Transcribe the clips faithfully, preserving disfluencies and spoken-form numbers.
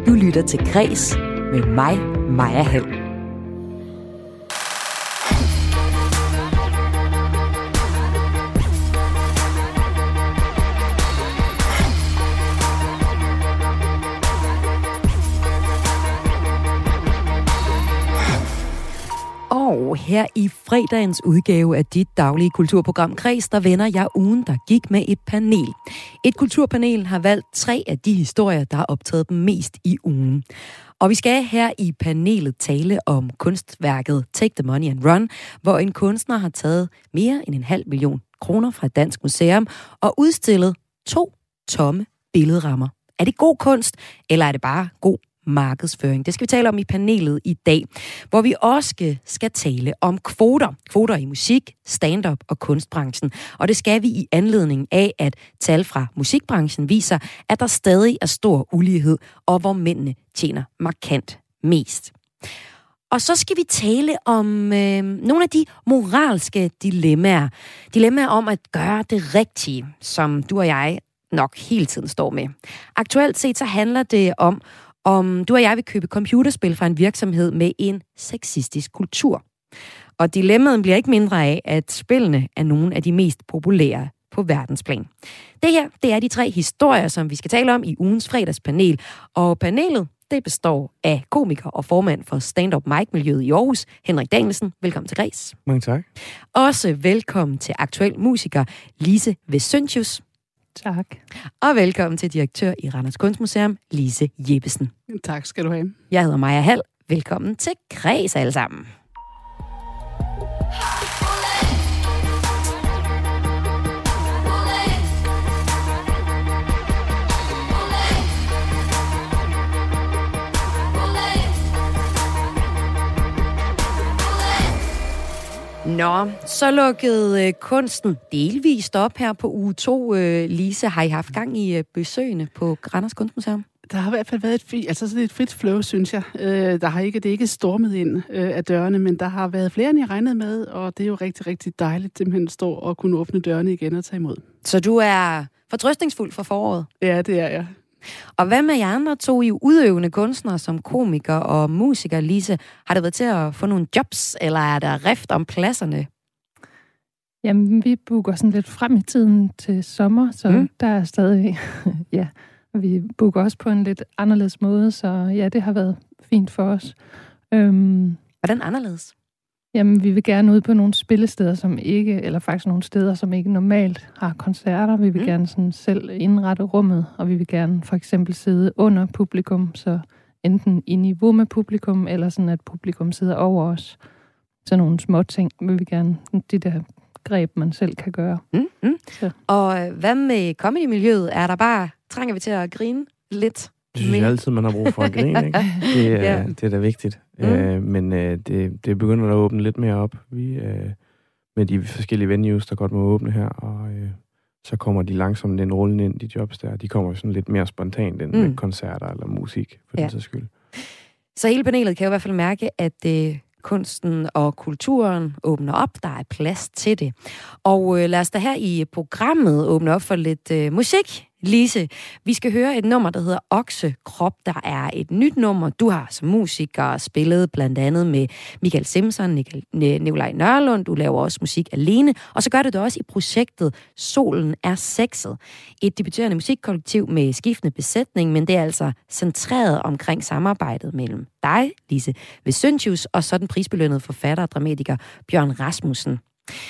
Du lytter til Græs med mig, Maja Hall. Og her i fredagens udgave af dit daglige kulturprogram Græs, der vender jeg ugen, der gik med et panel. Et kulturpanel har valgt tre af de historier, der har optaget dem mest i ugen. Og vi skal her i panelet tale om kunstværket Take the Money and Run, hvor en kunstner har taget mere end en halv million kroner fra et dansk museum og udstillet to tomme billedrammer. Er det god kunst, eller er det bare god markedsføring? Det skal vi tale om i panelet i dag, hvor vi også skal, skal tale om kvoter. Kvoter i musik, stand-up og kunstbranchen. Og det skal vi i anledning af, at tal fra musikbranchen viser, at der stadig er stor ulighed, og hvor mændene tjener markant mest. Og så skal vi tale om øh, nogle af de moralske dilemmaer. Dilemmaer om at gøre det rigtige, som du og jeg nok hele tiden står med. Aktuelt set så handler det om, om du og jeg vil købe computerspil fra en virksomhed med en sexistisk kultur. Og dilemmaet bliver ikke mindre af, at spillene er nogle af de mest populære på verdensplan. Det her, det er de tre historier, som vi skal tale om i ugens fredagspanel. Og panelet, det består af komiker og formand for stand-up mic-miljøet i Aarhus, Henrik Danielsen. Velkommen til Græs. Mange tak. Også velkommen til aktuel musiker Lise Vesyntius. Tak. Og velkommen til direktør i Randers Kunstmuseum, Lise Jeppesen. Tak skal du have. Jeg hedder Maja Hall. Velkommen til Græs alle sammen. Nå, så lukkede øh, kunsten delvist op her på uge to. Øh, Lise, har I haft gang i øh, besøgene på Randers Kunstmuseum? Der har i hvert fald været et, fri, altså sådan et frit flow, synes jeg. Øh, der har ikke, det er ikke stormet ind øh, af dørene, men der har været flere, end jeg regnede med, og det er jo rigtig, rigtig dejligt, simpelthen at stå og kunne åbne dørene igen og tage imod. Så du er fortrøstningsfuld for foråret? Ja, det er jeg. Og hvad med jer andre to i udøvende kunstnere som komiker og musiker, Lise? Har det været til at få nogle jobs, eller er der rift om pladserne? Jamen, vi booker sådan lidt frem i tiden til sommer, så mm. der er stadig... ja, vi booker også på en lidt anderledes måde, så ja, det har været fint for os. Øhm, Hvordan anderledes? Jamen, vi vil gerne ud på nogle spillesteder, som ikke, eller faktisk nogle steder, som ikke normalt har koncerter. Vi vil mm. gerne sådan selv indrette rummet, og vi vil gerne for eksempel sidde under publikum, så enten i niveau med publikum, eller sådan, at publikum sidder over os. Så nogle små ting vil vi gerne, de der greb, man selv kan gøre. Mm, mm. Og hvad med comedy-miljøet? Er der bare, trænger vi til at grine lidt? Det synes jeg altid, man har brug for at grine, ikke? Det, er, ja. det er da vigtigt. Mm. Øh, men øh, det, det begynder at åbne lidt mere op. Vi, øh, med de forskellige venues, der godt må åbne her, og øh, så kommer de langsomt ind rullende ind, de jobs der. De kommer sådan lidt mere spontant ind mm. med koncerter eller musik, for ja. den sags skyld. Så hele panelet kan jo i hvert fald mærke, at øh, kunsten og kulturen åbner op. Der er plads til det. Og øh, lad os da her i programmet åbne op for lidt øh, musik. Lise, vi skal høre et nummer, der hedder Oksekrop. Der er et nyt nummer. Du har som musiker spillet blandt andet med Michael Simpson, Nikolaj Nørlund. Du laver også musik alene. Og så gør du det også i projektet Solen er sexet. Et debuterende musikkollektiv med skiftende besætning, men det er altså centreret omkring samarbejdet mellem dig, Lise Vesyntius, og så den prisbelønnede forfatter og dramatiker Bjørn Rasmussen.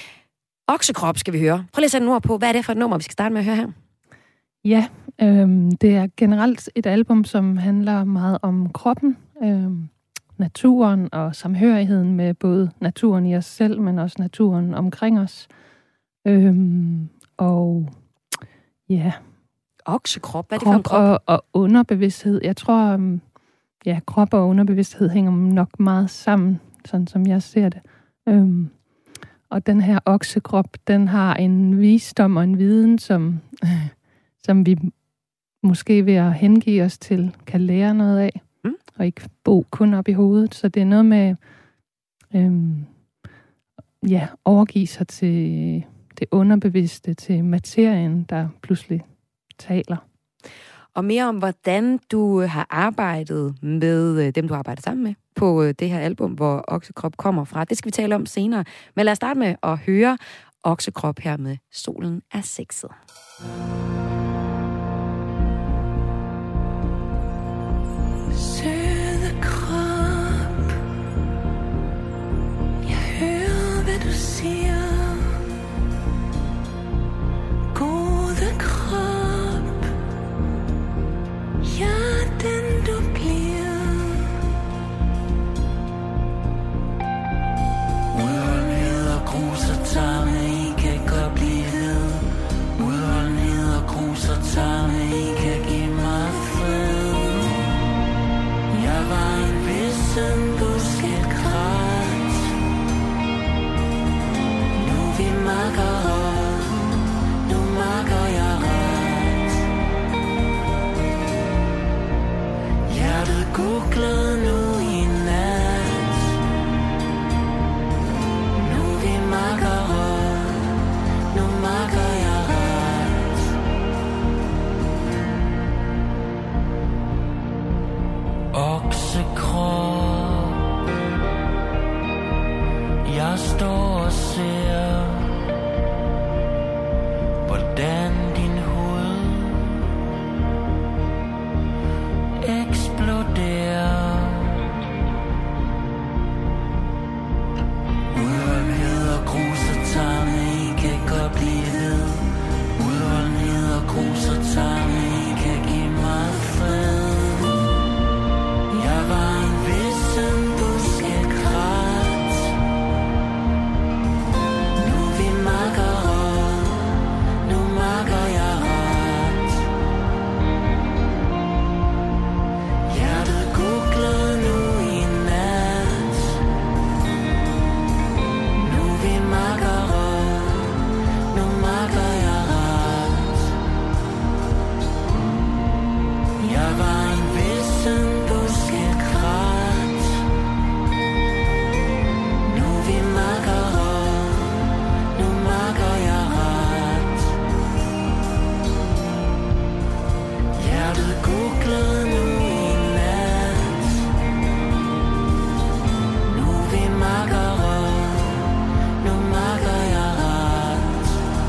Oksekrop skal vi høre. Prøv lige at sætte en ord på, hvad er det for et nummer, vi skal starte med at høre her? Ja, øhm, det er generelt et album, som handler meget om kroppen, øhm, naturen og samhørigheden med både naturen i os selv, men også naturen omkring os. Øhm, og ja... Oksekrop, hvad er det for en krop? Og, og underbevidsthed. Jeg tror, um, ja, krop og underbevidsthed hænger nok meget sammen, sådan som jeg ser det. Øhm, og den her oksekrop, den har en visdom og en viden, som... som vi måske ved at hengive os til, kan lære noget af, mm. og ikke bo kun op i hovedet. Så det er noget med øhm, ja, overgive sig til det underbevidste, til materien, der pludselig taler. og mere om, hvordan du har arbejdet med dem, du har arbejdet sammen med på det her album, hvor Oksekrop kommer fra. Det skal vi tale om senere. Men lad os starte med at høre Oksekrop her med Solen er sexet. Søde krop, jeg hører, hvad du siger. Gode krop, jeg er den, du bliver. Udholdenhed og grus og tarme, I kan godt blive ved. Udholdenhed og grus og tarme, I kan give mig fred. Jeg var en vissen busketgræs. Nu vi makker op, nu makker jeg ret. Hjertet googler nu i nat. Nu vi makker op, nu makker jeg ret. Oksekrop, jeg står og ser, hvordan din hoved eksploderer. Udholdenhed og grus og tarme, I kan godt blive ved. Udholdenhed og grus og tarme, I kan give mig fred. Jeg var en vissen busketgræs. Nu vi makker op, nu makker jeg ret. Hjertet googler nu i nat. Nu vi makker op, nu makker jeg ret. Jeg var en vissen busketgræs. Nu vi makker op, nu makker jeg ret. Hjertet googler nu i nat. Nu vi makker op, nu makker jeg ret.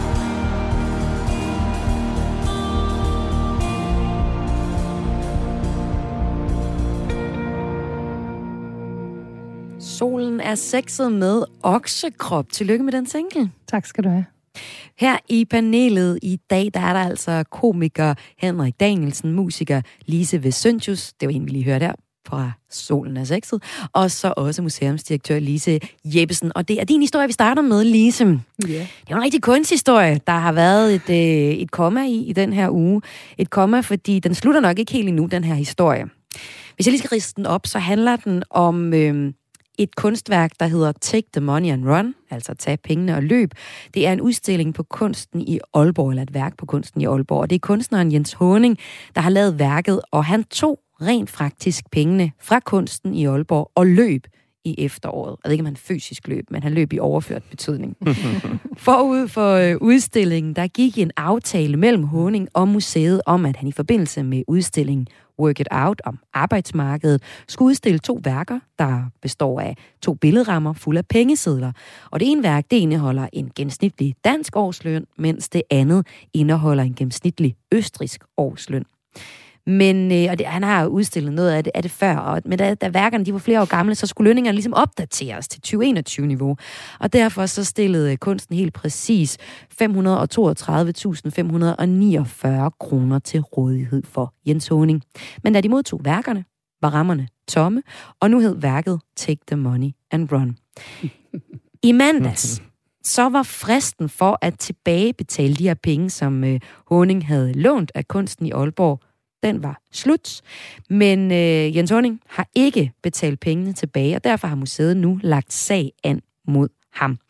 Solen er sexet med Oksekrop. Tillykke med den single. Tak skal du have. Her i panelet i dag, der er der altså komiker Henrik Danielsen, musiker Lise Vesøntius, det var en, vi lige hørte her, fra Solen er sexet, og så også museumsdirektør Lise Jeppesen. Og det er din historie, vi starter med, Lise. Ja. Det er en rigtig kunsthistorie, der har været et, øh, et komma i, i den her uge. Et komma, fordi den slutter nok ikke helt endnu, den her historie. Hvis jeg lige skal riste den op, så handler den om øh, et kunstværk, der hedder Take the Money and Run, altså tag pengene og løb. Det er en udstilling på kunsten i Aalborg, eller et værk på kunsten i Aalborg. Og det er kunstneren Jens Haaning, der har lavet værket, og han tog rent faktisk pengene fra kunsten i Aalborg og løb i efteråret. Jeg ved ikke, om han fysisk løb, men han løb i overført betydning. Forud for udstillingen, der gik en aftale mellem Haaning og museet om, at han i forbindelse med udstillingen Work It Out om arbejdsmarkedet skulle udstille to værker, der består af to billedrammer fulde af pengesedler. Og det ene værk, det indeholder en gennemsnitlig dansk årsløn, mens det andet indeholder en gennemsnitlig østrigsk årsløn. Men, øh, og det, han har udstillet noget af det, af det før, og, men da, da værkerne de var flere år gamle, så skulle lønningerne ligesom opdateres til tyve enogtyve-niveau. Og derfor så stillede kunsten helt præcis fem hundrede og toogtredive tusind fem hundrede og niogfyrre kroner til rådighed for Jens Haaning. Men da de modtog værkerne, var rammerne tomme, og nu hed værket Take the Money and Run. I mandags, så var fristen for at tilbagebetale de her penge, som øh, Haaning havde lånt af kunsten i Aalborg, den var slut. Men øh, Jens Haaning har ikke betalt pengene tilbage, og derfor har museet nu lagt sag an mod ham.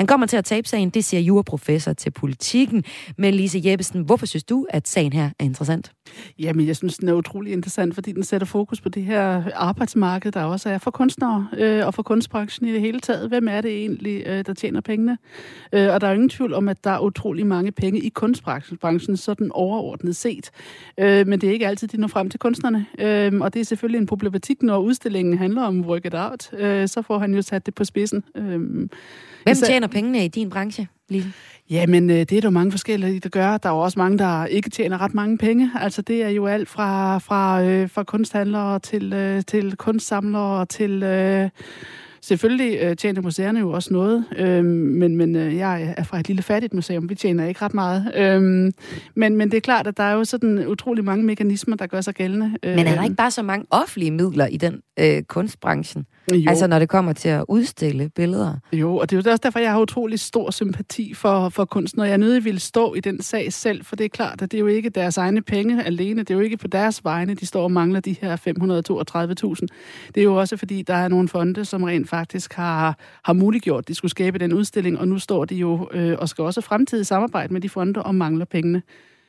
Han kommer til at tabe sagen, det siger juraprofessor til Politikken. Men Lise Jeppesen, hvorfor synes du, at sagen her er interessant? Jamen, jeg synes, den er utrolig interessant, fordi den sætter fokus på det her arbejdsmarked, der også er for kunstnere øh, og for kunstbranchen i det hele taget. Hvem er det egentlig, øh, der tjener pengene? Øh, og der er jo ingen tvivl om, at der er utrolig mange penge i kunstbranchen, sådan overordnet set. Øh, men det er ikke altid, de når frem til kunstnerne. Øh, og det er selvfølgelig en problematik, når udstillingen handler om work it out. Øh, så får han jo sat det på spidsen. Øh, Hvem tjener pengene i din branche, Lise? Jamen, det er der mange forskellige, der gør. Der er jo også mange, der ikke tjener ret mange penge. Altså, det er jo alt fra, fra, øh, fra kunsthandlere til, øh, til kunstsamlere til... Øh, Selvfølgelig øh, tjener museerne jo også noget, øh, men, men øh, jeg er fra et lille fattigt museum, vi tjener ikke ret meget. Øh, men, men det er klart, at der er jo sådan utrolig mange mekanismer, der gør sig gældende. Øh, men er der ikke bare så mange offentlige midler i den øh, kunstbranchen? Jo. Altså når det kommer til at udstille billeder? Jo, og det er jo også derfor, jeg har utrolig stor sympati for, for kunstnere. Jeg er nødt til at stå i den sag selv, for det er klart, at det er jo ikke deres egne penge alene. Det er jo ikke på deres vegne, de står og mangler de her fem hundrede og toogtredive tusind. Det er jo også fordi, der er nogle fonde, som rent faktisk har, har muliggjort, at de skulle skabe den udstilling, og nu står de jo øh, og skal også fremtidig samarbejde med de fonde og mangler pengene.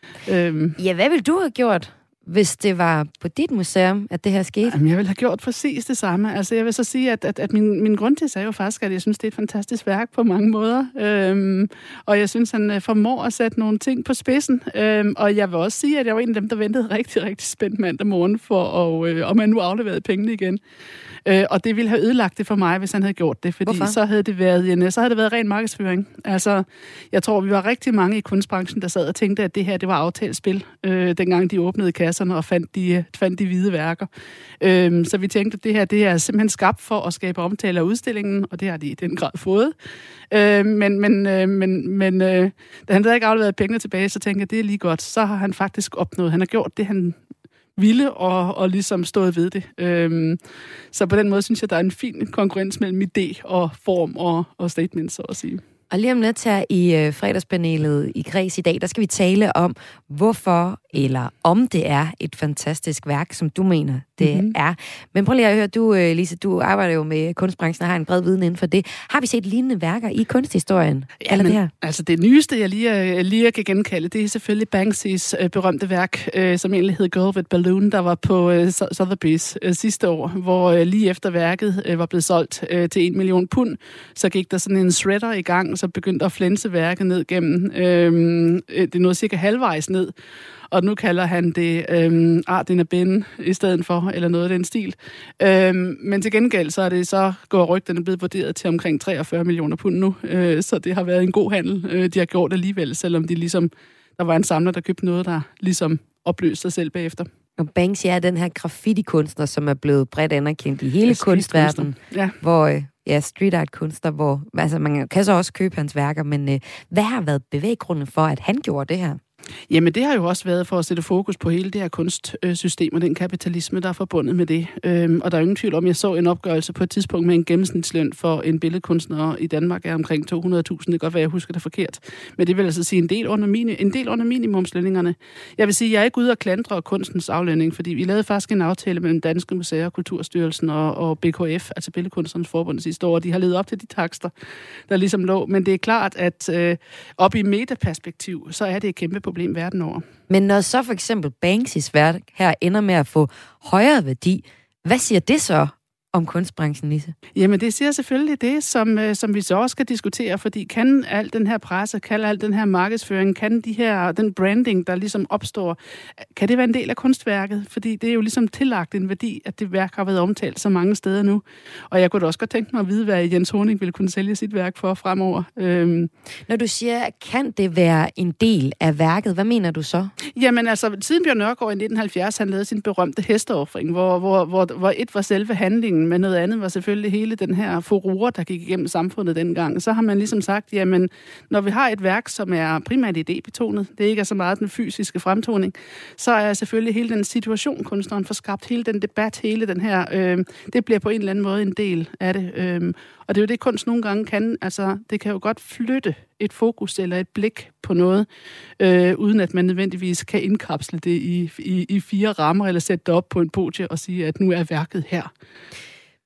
Øhm. Ja, hvad ville du have gjort, hvis det var på dit museum, at det her skete? Jamen, jeg ville have gjort præcis det samme. Altså, jeg vil så sige, at, at, at min, min grundtis er jo faktisk, at jeg synes, det er et fantastisk værk på mange måder. Øhm, og jeg synes, han formår at sætte nogle ting på spidsen. Øhm, og jeg vil også sige, at jeg var en af dem, der ventede rigtig, rigtig spændt mandag morgen for, og, øh, om han nu afleverede pengene igen. Øh, og det ville have ødelagt det for mig, hvis han havde gjort det, fordi så havde det været en, så havde det været ren markedsføring. Altså, jeg tror, vi var rigtig mange i kunstbranchen, der sad og tænkte, at det her, det var aftalt spil, øh, dengang de åbnede kasserne og fandt de, fandt de hvide værker. Øh, så vi tænkte, at det her, det er simpelthen skabt for at skabe omtale af udstillingen, og det har de i den grad fået. Øh, men men, øh, men, men øh, da han da ikke afleverede pengene tilbage, så tænkte jeg, det er lige godt. Så har han faktisk opnået. Han har gjort det, han ville, og, og ligesom stået ved det. Øhm, så på den måde synes jeg, der er en fin konkurrence mellem idé og form og, og statement, så at sige. Og lige om lidt her i øh, fredagspanelet i Kreds i dag, der skal vi tale om, hvorfor eller om det er et fantastisk værk, som du mener, det mm-hmm. er. Men prøv lige at høre, du, øh, Lise, du arbejder jo med kunstbranchen og har en bred viden inden for det. Har vi set lignende værker i kunsthistorien? Ja, men, det her? Altså det nyeste, jeg lige, lige kan genkalde, det er selvfølgelig Banksys øh, berømte værk, øh, som egentlig hed Girl with Balloon, der var på øh, Sotheby's øh, sidste år, hvor øh, lige efter værket øh, var blevet solgt øh, til en million pund, så gik der sådan en shredder i gang, så begyndte at flænse værket ned gennem. Øh, det nåede cirka halvvejs ned. Og nu kalder han det øhm, Art in a Bin i stedet for, eller noget af den stil. Øhm, men til gengæld, så er det så går rygterne blevet vurderet til omkring treogfyrre millioner pund nu. Øh, så det har været en god handel, øh, de har gjort alligevel, selvom de ligesom, der var en samler, der købte noget, der ligesom opløste sig selv bagefter. Og Banksy er den her graffiti-kunstner, som er blevet bredt anerkendt i hele ja, kunstverdenen. Ja. Hvor, øh, ja, street art-kunstner, hvor altså, man kan så også købe hans værker, men øh, hvad har været bevæggrunden for, at han gjorde det her? Jamen, det har jo også været for at sætte fokus på hele det her kunstsystem og den kapitalisme, der er forbundet med det. Øhm, og der er jo ingen tvivl om, jeg så en opgørelse på et tidspunkt med en gennemsnitsløn for en billedkunstner i Danmark er omkring to hundrede tusind. Det kan godt være, jeg husker det forkert. Men det vil altså sige en del under, mini, en del under minimumslønningerne. Jeg vil sige, at jeg er ikke ude og klandre kunstens aflønning, fordi vi lavede faktisk en aftale mellem Danske Museer, Kulturstyrelsen og, og B K F, altså Billedkunstnernes Forbund sidste år, og de har levet op til de takster, der ligesom lå. Men det er klart, at øh, op i metaperspektiv, så er det et kæmpe problem verden over. Men når så for eksempel Banksys værk her ender med at få højere værdi, hvad siger det så om kunstbranchen, Lise? Jamen, det siger selvfølgelig det, som, øh, som vi så også skal diskutere, fordi kan al den her presse, kan al den her markedsføring, kan de her, den branding, der ligesom opstår, kan det være en del af kunstværket? Fordi det er jo ligesom tillagt en værdi, at det værk har været omtalt så mange steder nu. Og jeg kunne da også godt tænke mig at vide, hvad Jens Horning ville kunne sælge sit værk for fremover. Øhm. Når du siger, kan det være en del af værket, hvad mener du så? Jamen altså, siden Bjørn Nørgaard i nitten halvfjerds, han lavede sin berømte hesteoffring, hvor, hvor, hvor, hvor et var selve handlingen, men noget andet var selvfølgelig hele den her furore, der gik igennem samfundet dengang. Så har man ligesom sagt, jamen, når vi har et værk, som er primært idébetonet, det ikke er så meget den fysiske fremtoning, så er selvfølgelig hele den situation, kunstneren får skabt, hele den debat, hele den her, øh, det bliver på en eller anden måde en del af det. Øh, og det er jo det, kunst nogle gange kan. Altså, det kan jo godt flytte et fokus eller et blik på noget, øh, uden at man nødvendigvis kan indkapsle det i, i, i fire rammer, eller sætte det op på en podie og sige, at nu er værket her.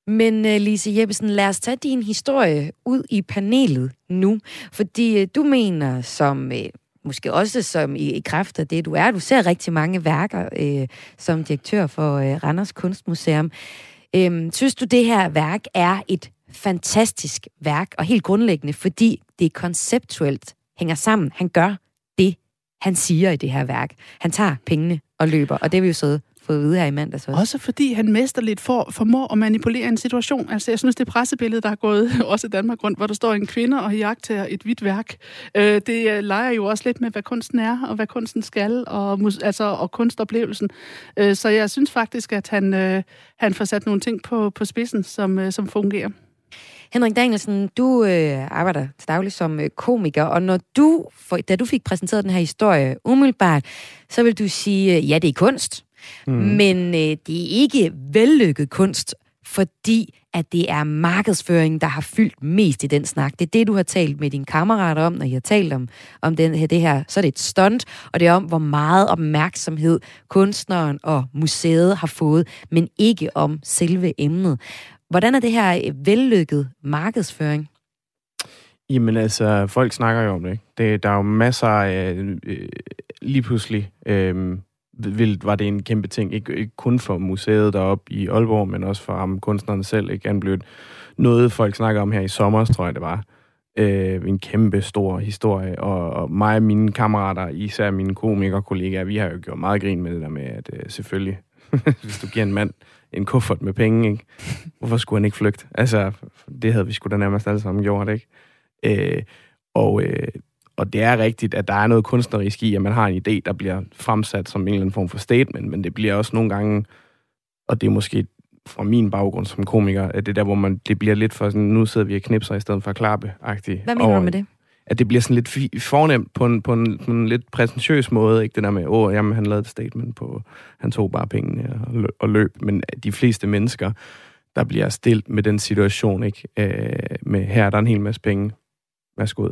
Men uh, Lise Jeppesen, lad os tage din historie ud i panelet nu. Fordi uh, du mener, som uh, måske også som i, i kraft af det, du er, du ser rigtig mange værker uh, som direktør for uh, Randers Kunstmuseum. Um, synes du, det her værk er et fantastisk værk, og helt grundlæggende, fordi det konceptuelt hænger sammen. Han gør det, han siger i det her værk. Han tager pengene og løber, og det vil jo så fået at vide her i mandags også. Også fordi han mesterligt for, formår at manipulere en situation. Altså, jeg synes, det pressebillede, der er gået også i Danmark rundt, hvor der står en kvinde og jagter et hvidt værk, øh, det leger jo også lidt med, hvad kunsten er, og hvad kunsten skal, og, altså, og kunstoplevelsen. Øh, så jeg synes faktisk, at han, øh, han får sat nogle ting på, på spidsen, som, øh, som fungerer. Henrik Danielsen, du øh, arbejder til daglig som øh, komiker, og når du, for, da du fik præsenteret den her historie umiddelbart, så vil du sige, øh, ja, det er kunst, mm. men øh, det er ikke vellykket kunst, fordi at det er markedsføringen, der har fyldt mest i den snak. Det er det, du har talt med dine kammerater om, når I har talt om, om den her, det her. Så er det et stunt, og det er om, hvor meget opmærksomhed kunstneren og museet har fået, men ikke om selve emnet. Hvordan er det her vellykket markedsføring? Jamen altså, folk snakker jo om det, ikke? Det, der er jo masser af... Øh, lige pludselig øh, var det en kæmpe ting, ikke, ikke kun for museet deroppe i Aalborg, men også for ham, kunstneren selv, ikke? Han blev noget, folk snakker om her i sommer, tror jeg det var. Øh, en kæmpe stor historie, og, og mig og mine kammerater, især mine komikerkollegaer, vi har jo gjort meget grin med det der med, at øh, selvfølgelig, hvis du giver en mand en kuffert med penge, ikke? Hvorfor skulle han ikke flygte? Altså, det havde vi sgu da nærmest alle sammen gjort, ikke? Øh, og, øh, og det er rigtigt, at der er noget kunstnerisk i, at man har en idé, der bliver fremsat som en eller anden form for statement, men det bliver også nogle gange, og det er måske fra min baggrund som komiker, at det er der, hvor man, det bliver lidt for sådan, nu sidder vi og knipser i stedet for at klappe-agtigt. Hvad mener du med det? At det bliver sådan lidt fi- fornemt på en, på, en, på en lidt præsentøs måde, ikke? Det der med, åh, jamen, han lavede et statement på, han tog bare pengene og, lø- og løb. Men de fleste mennesker, der bliver stillet med den situation, ikke? Øh, med, her er der en hel masse penge. Værsgo.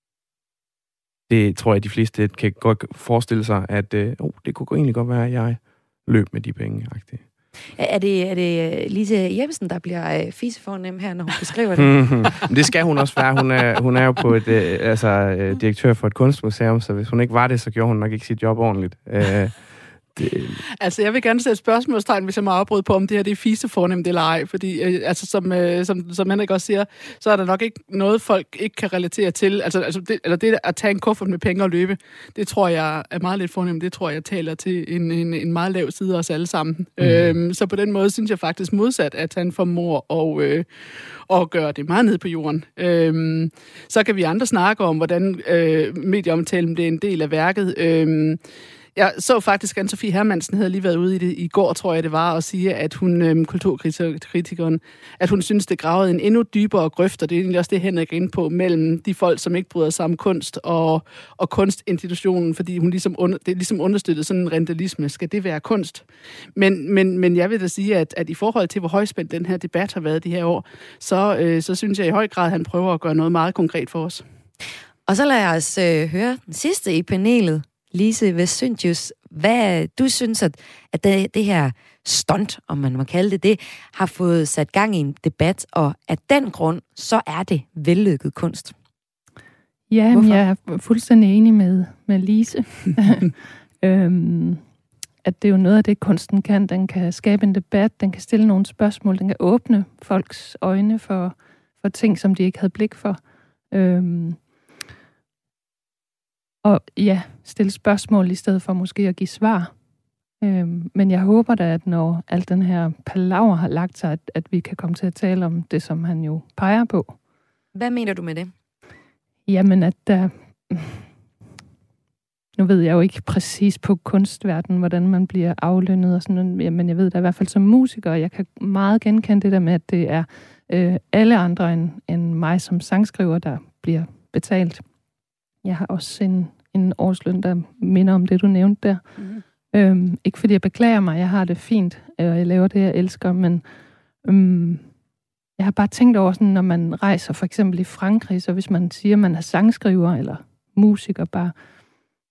Det tror jeg, de fleste kan godt forestille sig, at øh, oh, det kunne egentlig godt være, at jeg løb med de penge, agtigt. Er det, er det Lise Jeppesen, der bliver øh, fisefornem her, når hun beskriver det? Det skal hun også være. Hun er, hun er jo på et, øh, altså, øh, direktør for et kunstmuseum, så hvis hun ikke var det, så gjorde hun nok ikke sit job ordentligt. Øh, det... Altså, jeg vil gerne sætte spørgsmålstegn, hvis jeg må afbryde på, om det her det er fisefornemt eller ej, fordi, øh, altså, som, øh, som, som Henrik også siger, så er der nok ikke noget, folk ikke kan relatere til. Altså, altså det, eller det at tage en kuffert med penge og løbe, det tror jeg er meget lidt fornemt. Det tror jeg taler til en, en, en meget lav side af os alle sammen. Mm. Øhm, så på den måde synes jeg faktisk modsat, at han formår og, øh, og gøre det meget ned på jorden. Øhm, så kan vi andre snakke om, hvordan øh, medieomtalen bliver en del af værket. Øhm, Jeg så faktisk, at Anne-Sophie Hermansen havde lige været ude i det i går, tror jeg det var, og sige, at hun, øhm, kulturkritikeren, at hun synes, det gravede en endnu dybere grøft, og det er egentlig også det, Henrik er inde på, mellem de folk, som ikke bryder sig om kunst og, og kunstinstitutionen, fordi hun ligesom, under, det ligesom understøttede sådan en rentalisme. Skal det være kunst? Men, men, men jeg vil da sige, at, at i forhold til, hvor højspændt den her debat har været de her år, så, øh, så synes jeg i høj grad, at han prøver at gøre noget meget konkret for os. Og så lad os øh, høre den sidste i panelet. Lise Vesyntius, hvad du synes, at, at det, det her stunt, om man må kalde det det, har fået sat gang i en debat, og af den grund, så er det vellykket kunst? Ja, men jeg er fuldstændig enig med, med Lise. øhm, at det er jo noget af det, kunsten kan. Den kan skabe en debat, den kan stille nogle spørgsmål, den kan åbne folks øjne for, for ting, som de ikke havde blik for. Øhm, Og ja, stille spørgsmål i stedet for måske at give svar. Øhm, men jeg håber da, at når alt den her palaver har lagt sig, at, at vi kan komme til at tale om det, som han jo peger på. Hvad mener du med det? Jamen, at der... Nu ved jeg jo ikke præcis på kunstverdenen, hvordan man bliver aflønnet og sådan noget, men jeg ved da i hvert fald som musiker, jeg kan meget genkende det der med, at det er øh, alle andre end, end mig som sangskriver, der bliver betalt. Jeg har også en, en årsløn, der minder om det, du nævnte der. Mm. Øhm, ikke fordi jeg beklager mig, jeg har det fint, og jeg laver det, jeg elsker, men øhm, jeg har bare tænkt over, sådan, når man rejser for eksempel i Frankrig, så hvis man siger, at man er sangskriver eller musiker bare,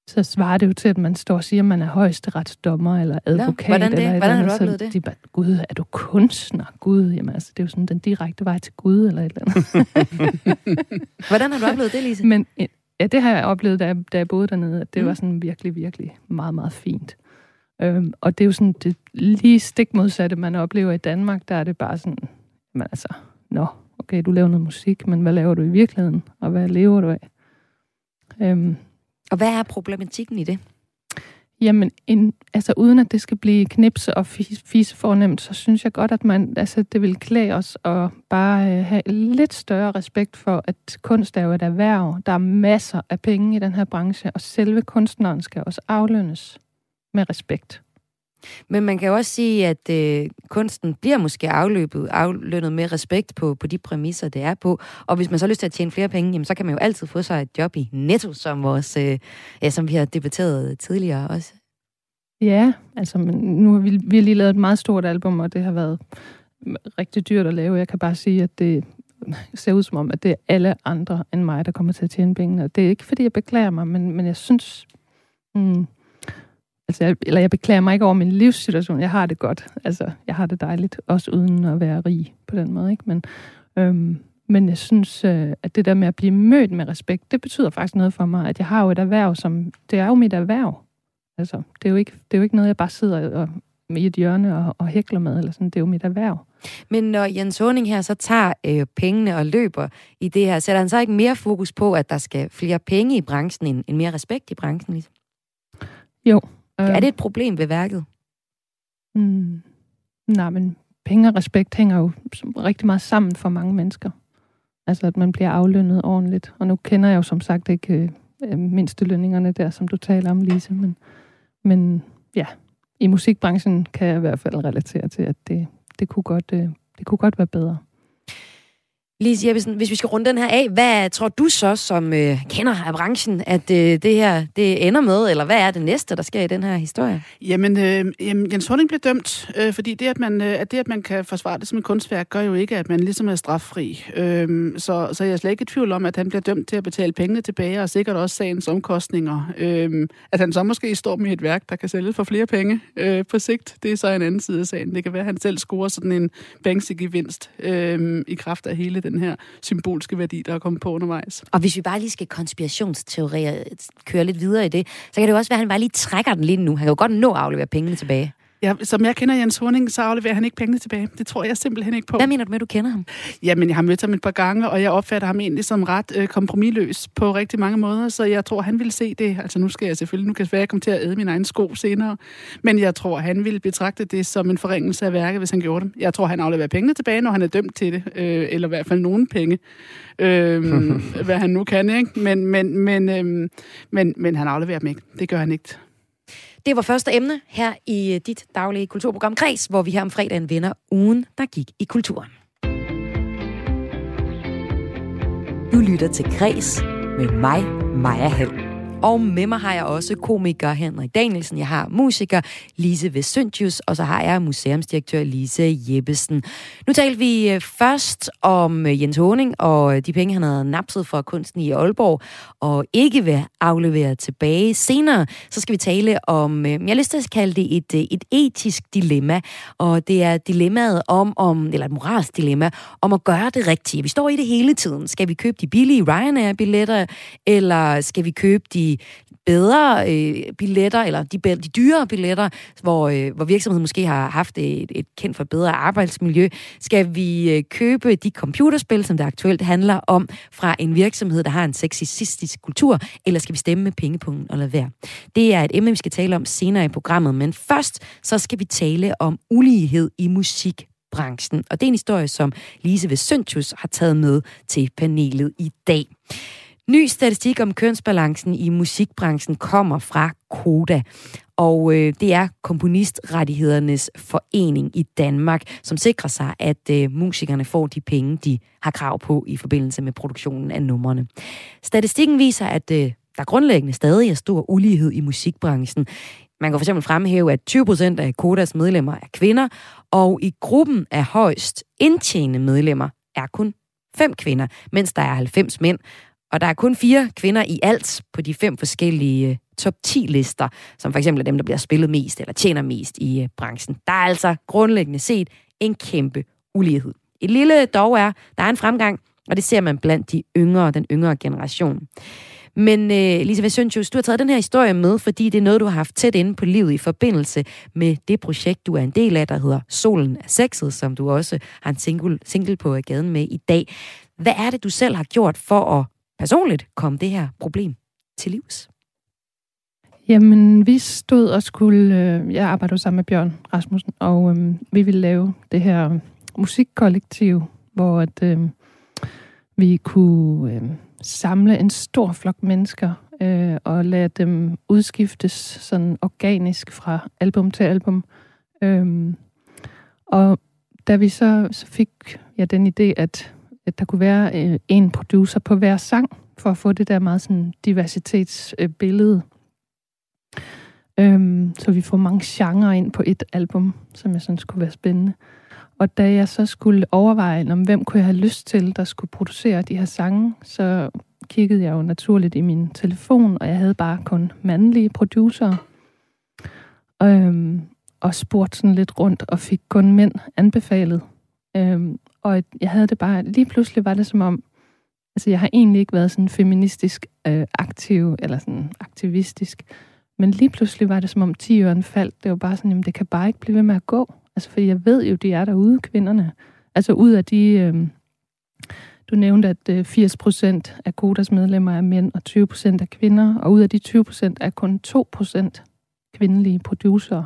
så svarer det jo til, at man står og siger, at man er højesteretsdommer eller advokat. Nå, hvordan det? Eller Hvordan har du andet, oplevet det? De bare, Gud, er du kunstner? Gud, jamen altså, det er jo sådan den direkte vej til Gud, eller et eller andet. Hvordan har du oplevet det, Lise? Men ja, det har jeg oplevet, da jeg, da jeg boede dernede, at det mm. var sådan virkelig, virkelig meget, meget fint. Øhm, og det er jo sådan det lige stik modsatte, man oplever i Danmark, der er det bare sådan, men altså, nå, okay, du laver noget musik, men hvad laver du i virkeligheden? Og hvad lever du af? Øhm, og hvad er problematikken i det? Jamen, en, altså uden at det skal blive knipse og fise fornemt, så synes jeg godt, at man, altså, det vil klæde os at bare øh, have lidt større respekt for, at kunst er jo et erhverv. Der er masser af penge i den her branche, og selve kunstneren skal også aflønnes med respekt. Men man kan jo også sige, at øh, kunsten bliver måske afløbet, aflønnet med respekt på, på de præmisser, det er på. Og hvis man så har lyst til at tjene flere penge, jamen, så kan man jo altid få sig et job i Netto, som, vores, øh, ja, som vi har debatteret tidligere også. Ja, altså men nu har vi, vi har lige lavet et meget stort album, og det har været rigtig dyrt at lave. Jeg kan bare sige, at det ser ud som om, at det er alle andre end mig, der kommer til at tjene penge. Og det er ikke, fordi jeg beklager mig, men, men jeg synes... Mm, Altså, jeg, eller jeg beklager mig ikke over min livssituation. Jeg har det godt. Altså, jeg har det dejligt, også uden at være rig på den måde, ikke? Men, øhm, men jeg synes, øh, at det der med at blive mødt med respekt, det betyder faktisk noget for mig, at jeg har jo et erhverv, som... Det er jo mit erhverv. Altså, det er jo ikke, det er jo ikke noget, jeg bare sidder og, i et hjørne og, og hækler med, eller sådan. Det er jo mit erhverv. Men når Jens Haaning her så tager øh, pengene og løber i det her, sætter han så ikke mere fokus på, at der skal flere penge i branchen, end, end mere respekt i branchen? Ligesom? Jo. Er det et problem ved værket? Mm, nej, men penge og respekt hænger jo rigtig meget sammen for mange mennesker. Altså, at man bliver aflønnet ordentligt. Og nu kender jeg jo som sagt ikke øh, mindstelønningerne der, som du taler om, Lise. Men, men ja, i musikbranchen kan jeg i hvert fald relatere til, at det, det, kunne, godt, øh, det kunne godt være bedre. Lise Jeppesen, hvis vi skal runde den her af, hvad tror du så, som øh, kender af branchen, at øh, det her det ender med, eller hvad er det næste, der sker i den her historie? Jamen, øh, jamen Jens Haaning blev dømt, øh, fordi det at, man, øh, at det, at man kan forsvare det som et kunstværk, gør jo ikke, at man ligesom er straffri. Øh, så, så jeg er slet ikke i tvivl om, at han bliver dømt til at betale pengene tilbage, og sikkert også sagens omkostninger. Øh, at han så måske står med et værk, der kan sælges for flere penge øh, på sigt, det er så en anden side af sagen. Det kan være, at han selv scorer sådan en bankgevinst øh, i kraft af hele den her symbolske værdi, der er kommet på undervejs. Og hvis vi bare lige skal konspirationsteorier køre lidt videre i det, så kan det jo også være, at han bare lige trækker den lige nu. Han kan jo godt nå at aflevere pengene tilbage. Ja, som jeg kender Jens Haaning, så afleverer han ikke pengene tilbage. Det tror jeg simpelthen ikke på. Hvad mener du med, at du kender ham? Jamen, jeg har mødt ham et par gange, og jeg opfatter ham egentlig som ret øh, kompromisløs på rigtig mange måder, så jeg tror, han vil se det. Altså, nu skal jeg selvfølgelig, nu kan jeg komme til at æde min egen sko senere, men jeg tror, han vil betragte det som en forringelse af værket, hvis han gjorde det. Jeg tror, han afleverer pengene tilbage, når han er dømt til det, øh, eller i hvert fald nogen penge. Øh, hvad han nu kan, ikke? Men, men, men, øh, men, men han afleverer dem ikke. Det gør han ikke. Det var første emne her i dit daglige kulturprogram Kreds, hvor vi her om fredagen vender ugen, der gik i kulturen. Du lytter til Kreds med mig, Maja Hall. Og med mig har jeg også komiker Henrik Danielsen, jeg har musiker Lise Vesyntius, og så har jeg museumsdirektør Lise Jeppesen. Nu talte vi først om Jens Haaning og de penge, han havde napset fra kunsten i Aalborg, og ikke vil aflevere tilbage. Senere så skal vi tale om, jeg har lyst til at kalde det et, et etisk dilemma, og det er dilemmaet om, om, eller et moralsk dilemma, om at gøre det rigtige. Vi står i det hele tiden. Skal vi købe de billige Ryanair-billetter, eller skal vi købe de bedre øh, billetter, eller de, de dyrere billetter, hvor, øh, hvor virksomheden måske har haft et, et kendt for bedre arbejdsmiljø? Skal vi øh, købe de computerspil, som det aktuelt handler om, fra en virksomhed, der har en sexistisk kultur, eller skal vi stemme med pengepunkten og lade være? Det er et emne, vi skal tale om senere i programmet, men først så skal vi tale om ulighed i musikbranchen, og det er en historie, som Lise Vesyntius har taget med til panelet i dag. Ny statistik om kønsbalancen i musikbranchen kommer fra Koda, og øh, det er komponistrettighedernes forening i Danmark, som sikrer sig, at øh, musikerne får de penge, de har krav på i forbindelse med produktionen af numrene. Statistikken viser, at øh, der grundlæggende stadig er stor ulighed i musikbranchen. Man kan for eksempel fremhæve, at tyve procent af Kodas medlemmer er kvinder, og i gruppen af højst indtjenende medlemmer er kun fem kvinder, mens der er halvfems mænd. Og der er kun fire kvinder i alt på de fem forskellige top ti lister, som for eksempel er dem, der bliver spillet mest eller tjener mest i øh, branchen. Der er altså grundlæggende set en kæmpe ulighed. Et lille dog er, der er en fremgang, og det ser man blandt de yngre, den yngre generation. Men uh, Elisabeth Sønthus, du har taget den her historie med, fordi det er noget, du har haft tæt inde på livet i forbindelse med det projekt, du er en del af, der hedder Solen er sexet, som du også har en single, single på gaden med i dag. Hvad er det, du selv har gjort for at personligt komme det her problem til livs? Jamen, vi stod og skulle... Øh, jeg arbejder sammen med Bjørn Rasmussen, og øh, vi ville lave det her musikkollektiv, hvor at, øh, vi kunne øh, samle en stor flok mennesker øh, og lade dem udskiftes sådan organisk fra album til album. Øh, og da vi så, så fik ja, den idé, at, at der kunne være øh, en producer på hver sang, for at få det der meget sådan diversitetsbillede. Øh, øhm, så vi får mange genrer ind på et album, som jeg synes kunne være spændende. Og da jeg så skulle overveje, om hvem kunne jeg have lyst til, der skulle producere de her sange, så kiggede jeg jo naturligt i min telefon, og jeg havde bare kun mandlige producer. Øhm, og spurgte sådan lidt rundt, og fik kun mænd anbefalet. Øhm, og jeg havde det bare, lige pludselig var det som om, altså jeg har egentlig ikke været sådan feministisk øh, aktiv, eller sådan aktivistisk, men lige pludselig var det som om tiøren faldt. Det var bare sådan, jamen det kan bare ikke blive ved med at gå. Altså, for jeg ved jo, de er derude, kvinderne. Altså, ud af de... Øh, du nævnte, at øh, firs procent af Kodas medlemmer er mænd, og tyve procent er kvinder. Og ud af de tyve procent er kun to procent kvindelige producer.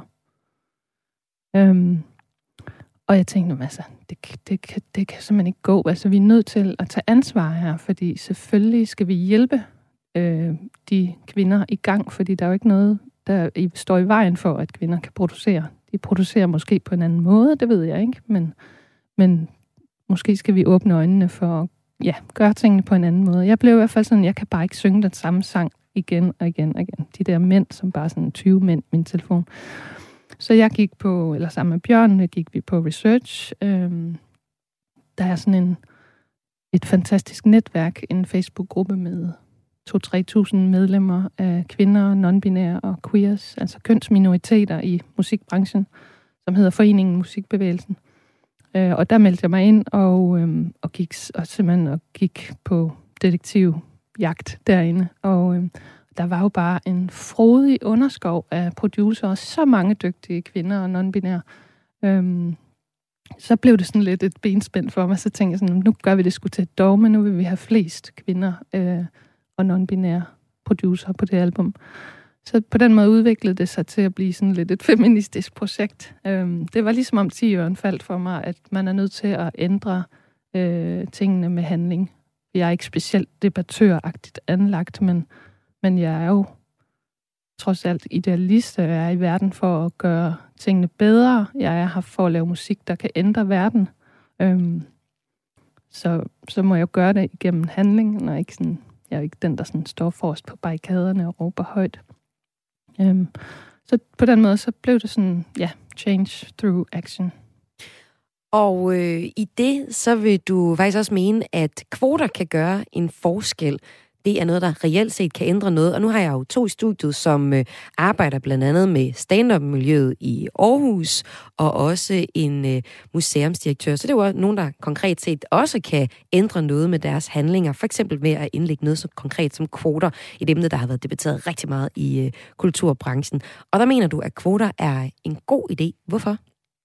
Øhm, og jeg tænkte, altså, det, det, det, det kan simpelthen ikke gå. Altså, vi er nødt til at tage ansvar her, fordi selvfølgelig skal vi hjælpe øh, de kvinder i gang, fordi der er jo ikke noget, der står i vejen for, at kvinder kan producere. De producerer måske på en anden måde, det ved jeg ikke, men, men måske skal vi åbne øjnene for at ja, gøre tingene på en anden måde. Jeg blev i hvert fald sådan, jeg kan bare ikke synge den samme sang igen og igen og igen. De der mænd, som bare sådan tyve mænd, min telefon. Så jeg gik på, eller sammen med Bjørn, gik vi på research. Øhm, der er sådan en, et fantastisk netværk, en Facebook-gruppe med to til tre tusind medlemmer af kvinder, non-binære og queers, altså kønsminoriteter i musikbranchen, som hedder Foreningen Musikbevægelsen. Øh, og der meldte jeg mig ind og, øhm, og gik og simpelthen og gik på detektivjagt derinde. Og øhm, der var jo bare en frodig underskov af producer og så mange dygtige kvinder og non-binære. Øhm, så blev det sådan lidt et benspænd for mig. Så tænkte jeg sådan, nu gør vi det sgu til et dogme, nu vil vi have flest kvinder øh, og non-binære producer på det album. Så på den måde udviklede det sig til at blive sådan lidt et feministisk projekt. Øhm, det var ligesom om tiøren faldt for mig, at man er nødt til at ændre øh, tingene med handling. Jeg er ikke specielt debattøragtigt anlagt, men, men jeg er jo trods alt idealist, og jeg er i verden for at gøre tingene bedre. Jeg er her for at lave musik, der kan ændre verden. Øhm, så, så må jeg jo gøre det igennem handling, og ikke sådan... Jeg er jo ikke den, der sådan står forrest på barrikaderne og råber højt. Um, så på den måde, så blev det sådan, ja, change through action. Og øh, i det, så vil du faktisk også mene, at kvoter kan gøre en forskel. Det er noget, der reelt set kan ændre noget. Og nu har jeg jo to i studiet, som øh, arbejder blandt andet med stand-up-miljøet i Aarhus, og også en øh, museumsdirektør. Så det er jo nogen, der konkret set også kan ændre noget med deres handlinger. For eksempel ved at indlægge noget så konkret som kvoter, et emne, der har været debatteret rigtig meget i øh, kulturbranchen. Og der mener du, at kvoter er en god idé. Hvorfor?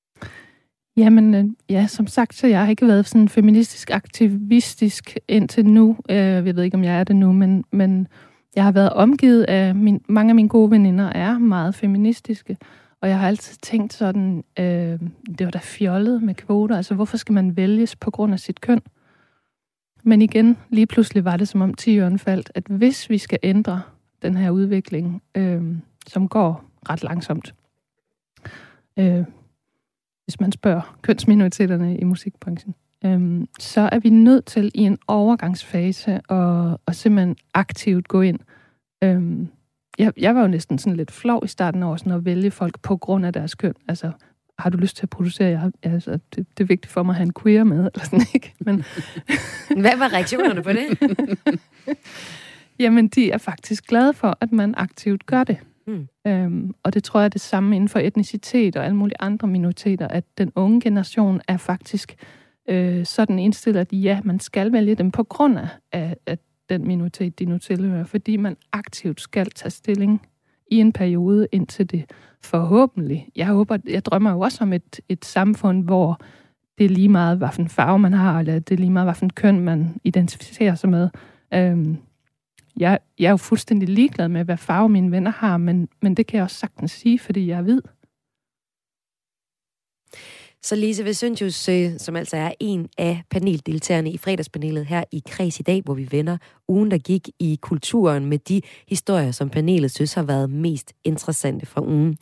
Jamen, ja, som sagt, så jeg har ikke været sådan feministisk aktivistisk indtil nu. Jeg ved ikke, om jeg er det nu, men, men jeg har været omgivet af, min, mange af mine gode veninder er meget feministiske, og jeg har altid tænkt sådan, øh, det var da fjollet med kvoter, altså hvorfor skal man vælges på grund af sit køn? Men igen, lige pludselig var det som om tiøren faldt, at hvis vi skal ændre den her udvikling, øh, som går ret langsomt, øh, hvis man spørger kønsminoriteterne i musikbranchen, øhm, så er vi nødt til i en overgangsfase at, at simpelthen aktivt gå ind. Øhm, jeg, jeg var jo næsten sådan lidt flov i starten af sådan at vælge folk på grund af deres køn. Altså, har du lyst til at producere? Jeg har, altså, det, det er vigtigt for mig at have en queer med, eller sådan, ikke? Men hvad var reaktionerne på det? Jamen, de er faktisk glade for, at man aktivt gør det. Mm. Øhm, og det tror jeg er det samme inden for etnicitet og alle mulige andre minoriteter, at den unge generation er faktisk øh, sådan indstillet, at ja, man skal vælge dem på grund af, af den minoritet, de nu tilhører, fordi man aktivt skal tage stilling i en periode indtil det forhåbentlig. Jeg håber, jeg drømmer jo også om et, et samfund, hvor det er lige meget, hvilken farve man har, eller det er lige meget, hvilken køn man identificerer sig med. Øhm, jeg, jeg er jo fuldstændig ligeglad med, hvad farve mine venner har, men, men det kan jeg også sagtens sige, fordi jeg er hvid. Så Lise Vesyntius, som altså er en af paneldeltagerne i fredagspanelet her i Kreds i dag, hvor vi vender ugen, der gik i kulturen med de historier, som panelet synes har været mest interessante fra ugen.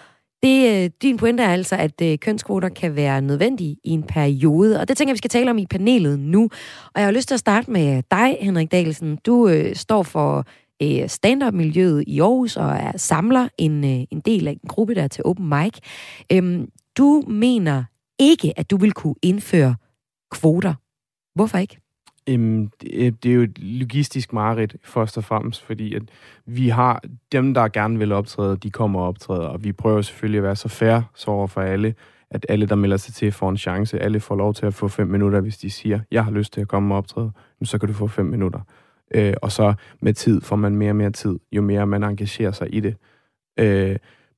Det, din pointe er altså, at kønskvoter kan være nødvendige i en periode, og det tænker jeg, vi skal tale om i panelet nu. Og jeg har lyst til at starte med dig, Henrik Dahlsen. Du øh, står for øh, stand-up-miljøet i Aarhus og er samler en, øh, en del af en gruppe, der er til open mic. Øhm, du mener ikke, at du vil kunne indføre kvoter. Hvorfor ikke? Øhm, det, det er jo et logistisk mareridt, først og fremmest, fordi at vi har dem, der gerne vil optræde, de kommer og optræder, og vi prøver selvfølgelig at være så fair så over for alle, at alle, der melder sig til, får en chance. Alle får lov til at få fem minutter, hvis de siger, jeg har lyst til at komme og optræde, så kan du få fem minutter. Øh, og så med tid får man mere og mere tid, jo mere man engagerer sig i det. Øh,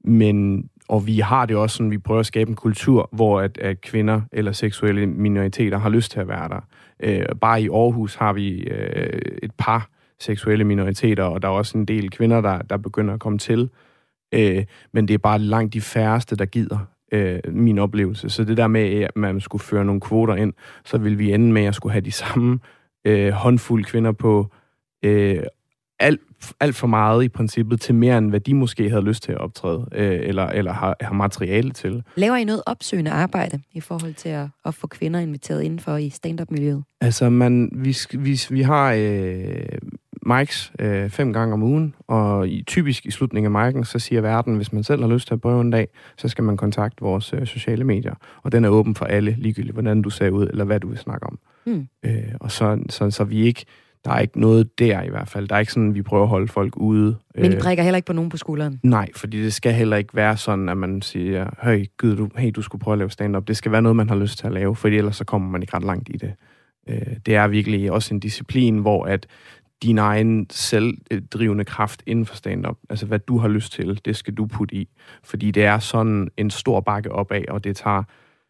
men Og vi har det også sådan, vi prøver at skabe en kultur, hvor at, at kvinder eller seksuelle minoriteter har lyst til at være der. Øh, bare i Aarhus har vi øh, et par seksuelle minoriteter, og der er også en del kvinder, der, der begynder at komme til. Øh, men det er bare langt de færreste, der gider øh, min oplevelse. Så det der med, at man skulle føre nogle kvoter ind, så vil vi ende med at skulle have de samme øh, håndfulde kvinder på øh, alt, alt for meget i princippet til mere end hvad de måske havde lyst til at optræde, øh, eller, eller har, har materiale til. Laver I noget opsøgende arbejde i forhold til at, at få kvinder inviteret indenfor i stand-up-miljøet? Altså, man, vi, vi, vi har øh, mics øh, fem gange om ugen, og i, typisk i slutningen af mic'en, så siger verden, hvis man selv har lyst til at prøve en dag, så skal man kontakte vores øh, sociale medier. Og den er åben for alle, ligegyldigt hvordan du ser ud, eller hvad du vil snakke om. Mm. Øh, og så, så, så vi ikke Der er ikke noget der i hvert fald. Der er ikke sådan, at vi prøver at holde folk ude. Men I prikker heller ikke på nogen på skulderen? Nej, fordi det skal heller ikke være sådan, at man siger, hey, Gud, du, hey, du skulle prøve at lave stand-up. Det skal være noget, man har lyst til at lave, fordi ellers så kommer man ikke ret langt i det. Det er virkelig også en disciplin, hvor at din egen selvdrivende kraft inden for stand-up, altså hvad du har lyst til, det skal du putte i. Fordi det er sådan en stor bakke opad, og det tager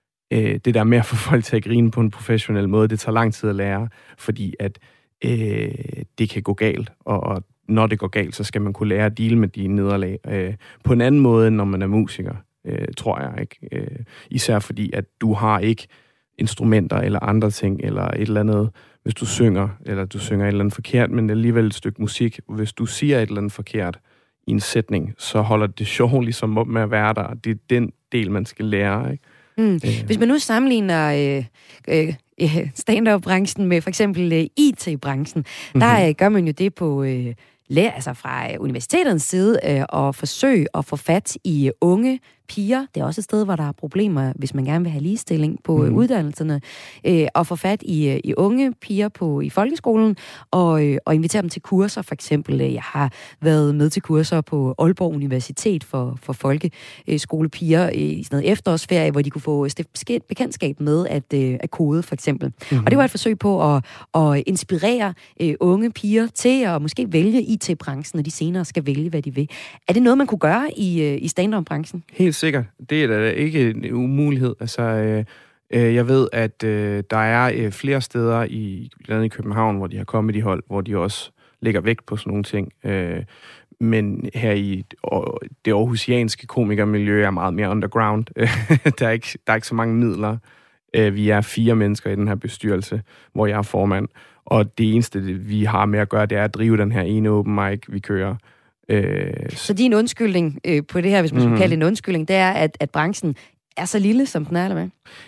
det der med at få folk til at grine på en professionel måde, det tager lang tid at lære, fordi at Øh, det kan gå galt, og, og når det går galt, så skal man kunne lære at deale med de nederlag øh, på en anden måde, end når man er musiker, øh, tror jeg ikke. Øh, især fordi, at du har ikke instrumenter eller andre ting, eller et eller andet, hvis du synger, eller du synger et eller andet forkert, men det er alligevel et stykke musik. Hvis du siger et eller andet forkert i en sætning, så holder det sjov ligesom op med at være der, og det er den del, man skal lære, ikke? Mm. Hvis man nu sammenligner øh, øh, stand-up-branchen med for eksempel øh, I T-branchen, mm-hmm. der øh, gør man jo det på øh, lærer, altså fra universiteternes side øh, at forsøge at få fat i øh, unge piger. Det er også et sted, hvor der er problemer, hvis man gerne vil have ligestilling på mm. uddannelserne. Øh, og få fat i, øh, i unge piger på i folkeskolen og, øh, og invitere dem til kurser. For eksempel, øh, jeg har været med til kurser på Aalborg Universitet for, for folkeskolepiger øh, i sådan noget efterårsferie, hvor de kunne få stiftet bekendtskab med at, øh, at kode, for eksempel. Mm. Og det var et forsøg på at, at inspirere øh, unge piger til at måske vælge I T-branchen, når de senere skal vælge, hvad de vil. Er det noget, man kunne gøre i, øh, i stand-up-branchen? Helt sikkert. Det er da ikke en umulighed. Altså, øh, øh, jeg ved, at øh, der er øh, flere steder, i, blandt andet i København, hvor de har comedy-hold, hvor de også lægger vægt på sådan nogle ting. Øh, men her i det aarhusianske komikermiljø er meget mere underground. der, er ikke, der er ikke så mange midler. Øh, vi er fire mennesker i den her bestyrelse, hvor jeg er formand. Og det eneste, vi har med at gøre, det er at drive den her ene open mic, vi kører. Øh, så din undskyldning øh, på det her, hvis man skulle mm. kalde det en undskyldning, det er, at, at branchen er så lille, som den er, eller hvad?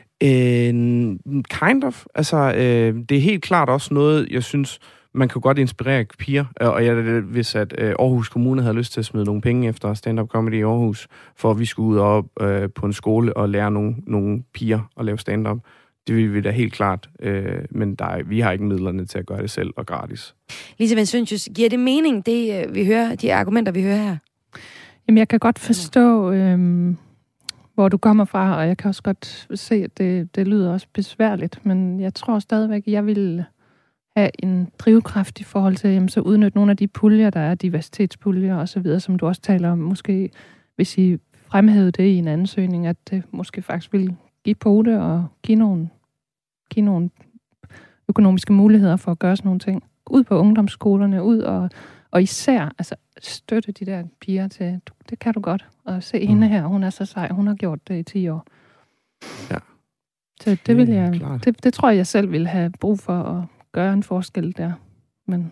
Øh, kind of. Altså, øh, det er helt klart også noget, jeg synes, man kan godt inspirere piger. Og jeg, hvis at øh, Aarhus Kommune havde lyst til at smide nogle penge efter stand-up comedy i Aarhus, for at vi skulle ud og op øh, på en skole og lære nogle, nogle piger at lave stand-up, Det vil vi da helt klart, øh, men der er, vi har ikke midlerne til at gøre det selv og gratis. Lise Vincentius, giver det mening, det vi hører, de argumenter, vi hører her? Jamen, jeg kan godt forstå, øhm, hvor du kommer fra, og jeg kan også godt se, at det, det lyder også besværligt, men jeg tror stadigvæk, at jeg vil have en drivkraft i forhold til, jamen, så udnytte nogle af de puljer, der er, diversitetspuljer og så videre, som du også taler om. Måske, hvis I fremhævede det i en ansøgning, at det måske faktisk vil give på det og give nogle, give nogle økonomiske muligheder for at gøre sådan nogle ting. Ud på ungdomsskolerne, ud og, og især altså, støtte de der piger til, det kan du godt. Og se mm. hende her, hun er så sej, hun har gjort det i ti år. Ja. Så det, vil jeg, det, det tror jeg, jeg selv vil have brug for at gøre en forskel der. Men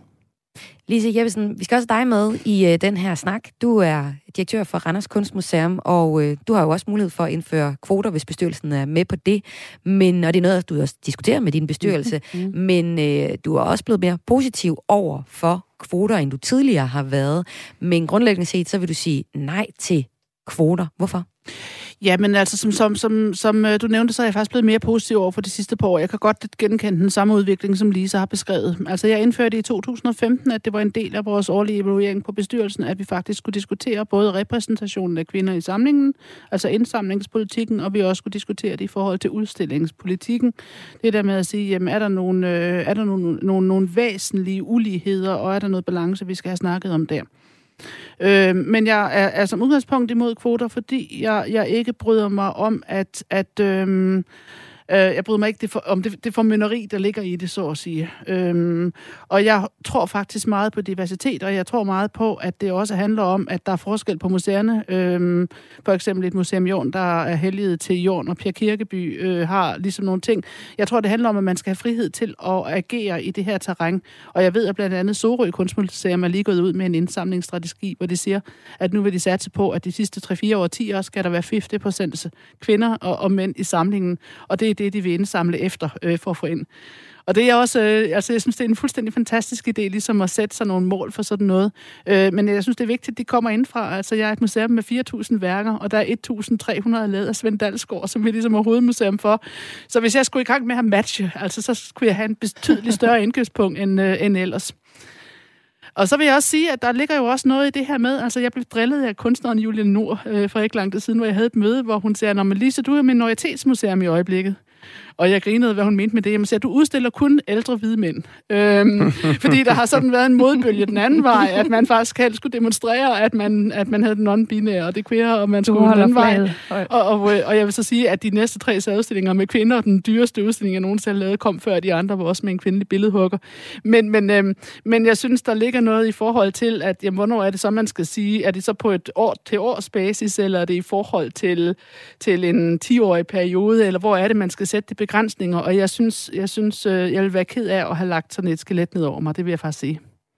Lise Jeppesen, vi skal også dig med i øh, den her snak. Du er direktør for Randers Kunstmuseum, og øh, du har jo også mulighed for at indføre kvoter, hvis bestyrelsen er med på det. Men, og det er noget, du også diskuterer med din bestyrelse. Mm-hmm. Men øh, du er også blevet mere positiv over for kvoter, end du tidligere har været. Men grundlæggende set, så vil du sige nej til kvoter. Hvorfor? Ja, men altså, som, som, som, som du nævnte, så er jeg faktisk blevet mere positiv over for de sidste par år. Jeg kan godt genkende den samme udvikling, som Lisa har beskrevet. Altså, jeg indførte i to tusind og femten, at det var en del af vores årlige evaluering på bestyrelsen, at vi faktisk skulle diskutere både repræsentationen af kvinder i samlingen, altså indsamlingspolitikken, og vi også skulle diskutere det i forhold til udstillingspolitikken. Det der med at sige, jamen, er der nogle, øh, er der nogle, nogle, nogle væsentlige uligheder, og er der noget balance, vi skal have snakket om der? Øh, men jeg er, er som udgangspunkt imod kvoter, fordi jeg, jeg ikke bryder mig om, at, at øhm, øh, jeg bryder mig ikke det for, om det, det formynderi, der ligger i det, så at sige. Øhm, og jeg tror faktisk meget på diversitet, og jeg tror meget på, at det også handler om, at der er forskel på museerne. Øhm, for eksempel et museum Jorn, der er helliget til Jorn, og Per Kirkeby øh, har ligesom nogle ting. Jeg tror, det handler om, at man skal have frihed til at agere i det her terræn. Og jeg ved, at blandt andet Sorø Kunstmuseum er lige gået ud med en indsamlingsstrategi, hvor de siger, at nu vil de satse på, at de sidste tre fire årtier skal der være halvtreds procent kvinder og, og mænd i samlingen. Og det er det, de vil indsamle efter øh, for at få ind. Og det er også, øh, altså jeg synes, det er en fuldstændig fantastisk idé, ligesom at sætte sig nogle mål for sådan noget. Øh, men jeg synes, det er vigtigt, at de kommer indfra. Altså jeg er et museum med fire tusind værker, og der er et tusind tre hundrede lavet af Svend Dalsgaard, som vi ligesom er hovedmuseum for. Så hvis jeg skulle i gang med at matche, altså så skulle jeg have en betydeligt større indkøbspunkt end, øh, end ellers. Og så vil jeg også sige, at der ligger jo også noget i det her med, altså jeg blev drillet af kunstneren Julie Nord øh, for ikke lang tid siden, hvor jeg havde et møde, hvor hun siger, nå, men Lise, du er minoritetsmuseum i øjeblikket. Og jeg grinede, hvad hun mente med det. Jamen, så du udstiller kun ældre hvide mænd. Øhm, fordi der har sådan været en modbølge den anden vej, at man faktisk helst skulle demonstrere, at man, at man havde den non-binære og det queer, og man skulle den anden vej. Og, og, og jeg vil så sige, at de næste tre udstillinger med kvinder, den dyreste udstilling, jeg nogensinde har lavet, kom før de andre, var også med en kvindelig billedhugger. Men, men, øhm, men jeg synes, der ligger noget i forhold til, at jamen, hvornår er det så, man skal sige, er det så på et år til års basis, eller er det i forhold til, til en ti-årig periode, eller hvor er det, man skal sætte det begrænsninger, og jeg synes, jeg synes, jeg vil være ked af at have lagt sådan et skelet ned over mig. Det vil jeg faktisk sige.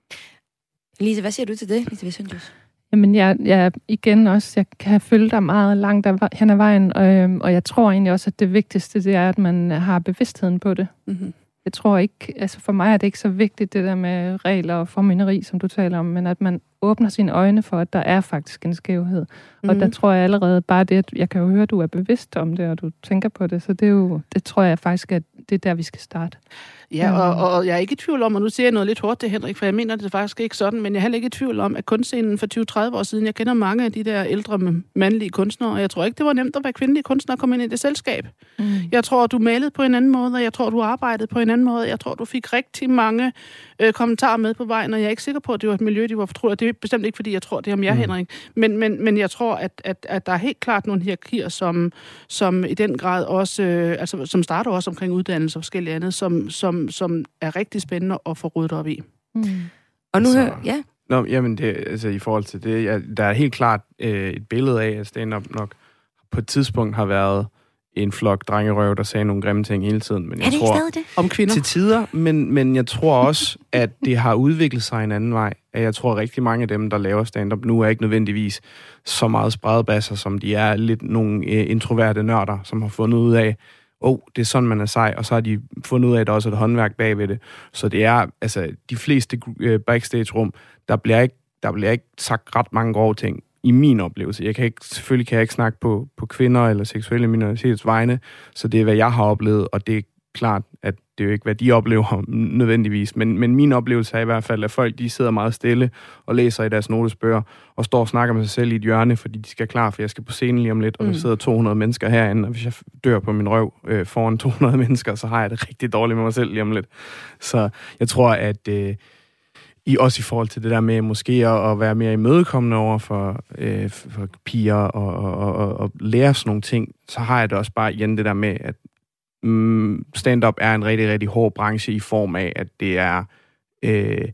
Lise, hvad siger du til det, Lise Vincentius? Jamen, jeg, jeg igen også, jeg kan følge dig meget langt hen ad vejen, og, og jeg tror egentlig også, at det vigtigste, det er, at man har bevidstheden på det. Mm-hmm. Jeg tror ikke, altså for mig er det ikke så vigtigt, det der med regler og formynderi, som du taler om, men at man åbner sine øjne for, at der er faktisk en skævhed. Mm-hmm. Og der tror jeg allerede bare det, at jeg kan jo høre, at du er bevidst om det, og du tænker på det, så det er jo, det tror jeg faktisk, at det er der, vi skal starte. Ja, og, og jeg er ikke i tvivl om, og nu siger jeg noget lidt hårdt til Henrik, for jeg mener det er faktisk ikke sådan, men jeg er heller ikke i tvivl om, at kunstscenen for tyve til tredive år siden, jeg kender mange af de der ældre mandlige kunstnere, og jeg tror ikke, det var nemt at være kvindelige kunstnere og komme ind i det selskab. Mm. Jeg tror, du malede på en anden måde, og jeg tror, du arbejdede på en anden måde. Jeg tror, du fik rigtig mange øh, kommentarer med på vejen, og jeg er ikke sikker på, at det var et miljø, de var fortroligt. Det er bestemt ikke, fordi jeg tror, det er om jer, mm. Henrik. Men, men, men jeg tror, at, at, at der er helt klart nogle hierarkier, som, som i den grad også, øh, altså som starter også omkring uddannelse og forskellige andet, som, som, som er rigtig spændende at få ryddet op i. Mm. Og nu altså, hører ja. Nå, jamen, det, altså, i forhold til det, ja, der er helt klart øh, et billede af, at stand-up nok på et tidspunkt har været en flok drengerøv, der sagde nogle grimme ting hele tiden. Men jeg er det tror, ikke stadig det? Om kvinder? Til tider, men, men jeg tror også, at det har udviklet sig en anden vej. At jeg tror, at rigtig mange af dem, der laver stand-up nu, er ikke nødvendigvis så meget spredebasser, som de er lidt nogle øh, introverte nørder, som har fundet ud af, åh, oh, det er sådan, man er sej, og så har de fundet ud af, at der også er et håndværk bagved det. Så det er, altså, de fleste øh, backstage-rum, der bliver, ikke, der bliver ikke sagt ret mange grove ting. i min oplevelse. Jeg kan ikke, selvfølgelig kan jeg ikke snakke på, på kvinder eller seksuelle minoritets vegne, så det er, hvad jeg har oplevet, og det er klart, at det er jo ikke, hvad de oplever nødvendigvis, men, men min oplevelse er i hvert fald, at folk de sidder meget stille og læser i deres notesbøger og står og snakker med sig selv i et hjørne, fordi de skal klar, for jeg skal på scenen lige om lidt, og mm. der sidder to hundrede mennesker herinde, og hvis jeg dør på min røv øh, foran to hundrede mennesker, så har jeg det rigtig dårligt med mig selv lige om lidt. Så jeg tror, at øh, i, også i forhold til det der med måske at, at være mere imødekommende over for, øh, for piger og, og, og, og lære sådan nogle ting, så har jeg det også bare igen det der med, at mm, stand-up er en rigtig, rigtig hård branche i form af, at det er øh,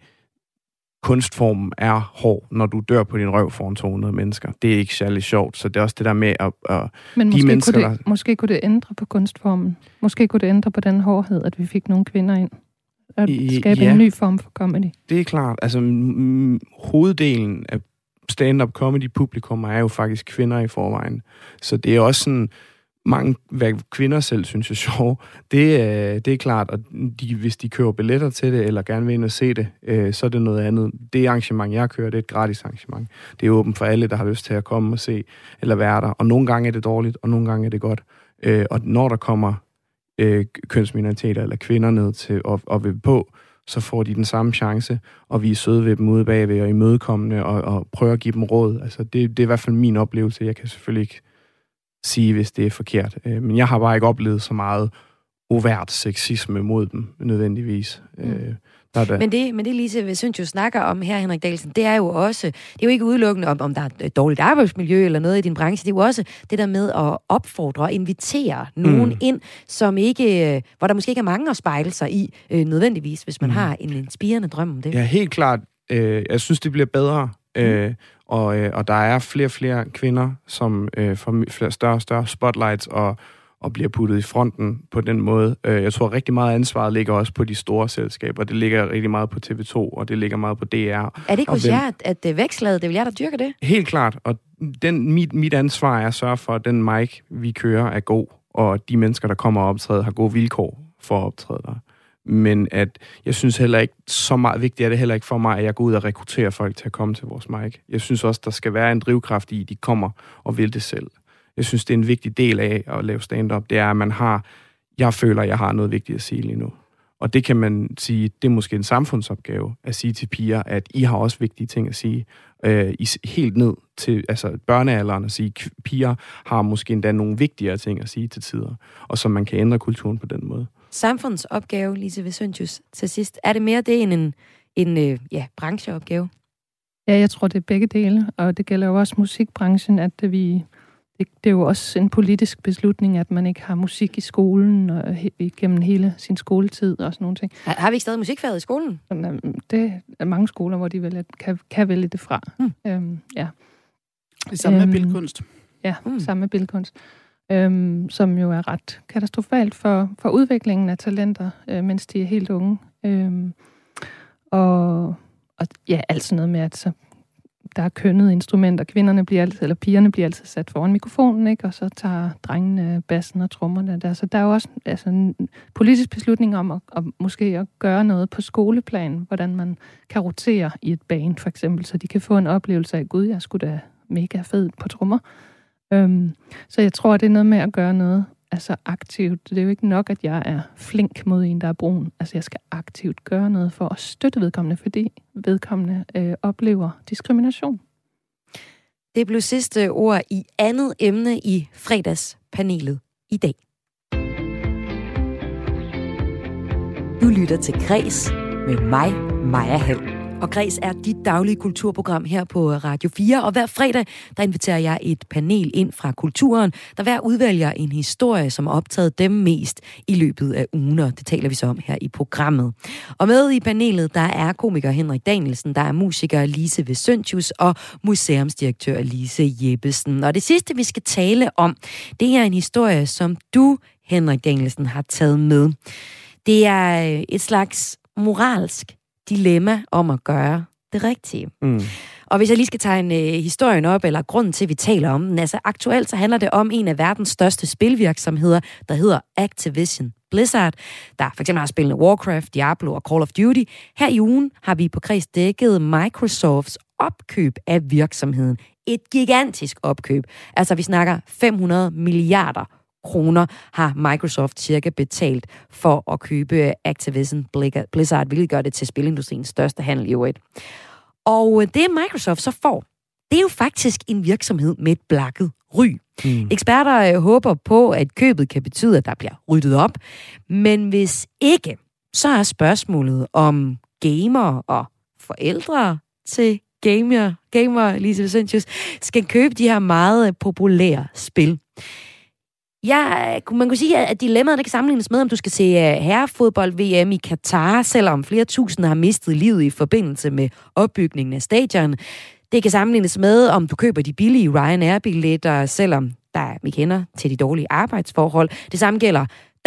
kunstformen er hård, når du dør på din røv foran to hundrede mennesker. Det er ikke særlig sjovt, så det er også det der med at, at Men måske, mennesker, kunne det, der... måske kunne det ændre på kunstformen. Måske kunne det ændre på den hårdhed, at vi fik nogle kvinder ind. At skabe ja, en ny form for comedy. Det er klart. Altså, mm, hoveddelen af stand-up comedy-publikum er jo faktisk kvinder i forvejen. Så det er også sådan... Mange, hvad kvinder selv synes er sjove, det, øh, det er klart, at de, hvis de køber billetter til det, eller gerne vil ind og se det, øh, så er det noget andet. Det arrangement, jeg kører, det er et gratis arrangement. Det er åbent for alle, der har lyst til at komme og se, eller være der. Og nogle gange er det dårligt, og nogle gange er det godt. Øh, og når der kommer øh, kønsminoriteter eller kvinder ned til og, og vil på, så får de den samme chance, og vi er søde ved dem ude bagved, og imødekommende, og, og prøver at give dem råd. Altså, det, det er i hvert fald min oplevelse. Jeg kan selvfølgelig ikke sige, hvis det er forkert. Men jeg har bare ikke oplevet så meget overt sexisme mod dem, nødvendigvis. Mm. Der der. Men det, men det Lise Vesøntjus snakker om her, Henrik Dahlsen, det er jo også, det er jo ikke udelukkende om, om der er et dårligt arbejdsmiljø eller noget i din branche, det er jo også det der med at opfordre og invitere nogen mm. ind, som ikke, hvor der måske ikke er mange at spejle sig i, nødvendigvis, hvis man mm. har en inspirerende drøm om det. Ja, helt klart. Jeg synes, det bliver bedre. Mm. Øh, og, øh, og der er flere og flere kvinder, som øh, får flere større og større spotlights og, og bliver puttet i fronten på den måde. Øh, jeg tror, rigtig meget ansvaret ligger også på de store selskaber. Det ligger rigtig meget på T V to, og det ligger meget på D R. Er det ikke hos jer, at, at det vækslaget, det vil jeg, der dyrker det? Helt klart, og den, mit, mit ansvar er at sørge for, at den mic, vi kører, er god, og de mennesker, der kommer og optræder, har gode vilkår for at optræde der. Men at jeg synes heller ikke, så meget vigtigt er det heller ikke for mig, at jeg går ud og rekrutterer folk til at komme til vores mic. Jeg synes også, der skal være en drivkraft i, at de kommer og vil det selv. Jeg synes, det er en vigtig del af at lave stand-up, det er, at man har, jeg føler, at jeg har noget vigtigt at sige lige nu. Og det kan man sige, det er måske en samfundsopgave at sige til piger, at I har også vigtige ting at sige. Øh, helt ned til altså børnealderen at sige, at piger har måske endda nogle vigtigere ting at sige til tider, og så man kan ændre kulturen på den måde. Samfundsopgave, Lise Vesøntjus, til sidst. Er det mere det end en, en øh, ja, brancheopgave? Ja, jeg tror, det er begge dele, og det gælder jo også musikbranchen, at vi... Det, det er jo også en politisk beslutning, at man ikke har musik i skolen og he, gennem hele sin skoletid og sådan nogle ting. Har, har vi ikke stadig musikfaget i skolen? Det er mange skoler, hvor de vælger, kan, kan vælge det fra. Mm. Øhm, ja. Det samme øhm, med billedkunst. Ja, mm. samme med billedkunst. Øhm, som jo er ret katastrofalt for, for udviklingen af talenter, øh, mens de er helt unge. Øhm, og, og ja, alt sådan noget med, at så der er kønnede instrumenter. Kvinderne bliver altid, eller pigerne bliver altid sat foran mikrofonen, ikke? Og så tager drengene bassen og trommerne der. Så der er jo også altså, en politisk beslutning om at, at måske at gøre noget på skoleplan, hvordan man kan rotere i et band, for eksempel, så de kan få en oplevelse af, gud, jeg skulle da mega fed på trommer. Øhm, så jeg tror, det er noget med at gøre noget altså aktivt. Det er jo ikke nok, at jeg er flink mod en, der er brun. Altså, jeg skal aktivt gøre noget for at støtte vedkommende, fordi vedkommende øh, oplever diskrimination. Det blev sidste ord i andet emne i fredagspanelet i dag. Du lytter til Græs med mig, Maja Hall. Og Græs er dit daglige kulturprogram her på Radio fire, og hver fredag, der inviterer jeg et panel ind fra kulturen, der hver udvælger en historie, som har optaget dem mest i løbet af ugen, og det taler vi så om her i programmet. Og med i panelet, der er komiker Henrik Dahlsen, der er musiker Lise Vesøntjus og museumsdirektør Lise Jeppesen. Og det sidste, vi skal tale om, det er en historie, som du, Henrik Dahlsen, har taget med. Det er et slags moralsk dilemma om at gøre det rigtige. Mm. Og hvis jeg lige skal tegne øh, historien op, eller grunden til, at vi taler om den, altså aktuelt så handler det om en af verdens største spilvirksomheder, der hedder Activision Blizzard, der for eksempel har spillet Warcraft, Diablo og Call of Duty. Her i ugen har vi på Kreds dækket Microsofts opkøb af virksomheden, et gigantisk opkøb. Altså, vi snakker fem hundrede milliarder kroner har Microsoft cirka betalt for at købe Activision Blizzard, hvilket gør det til spilindustriens største handel i øvrigt. Og det Microsoft så får, det er jo faktisk en virksomhed med et blakket ry. Mm. Eksperter øh, håber på, at købet kan betyde, at der bliver ryddet op. Men hvis ikke, så er spørgsmålet om gamer og forældre til gamer, gamer Lise Vicentius, skal købe de her meget populære spil. Ja, man kunne sige, at dilemmaet det kan sammenlignes med, om du skal se herrefodbold-V M i Katar, selvom flere tusinder har mistet livet i forbindelse med opbygningen af stadion. Det kan sammenlignes med, om du køber de billige Ryanair-billetter, selvom der vi kender til de dårlige arbejdsforhold. Det samme gælder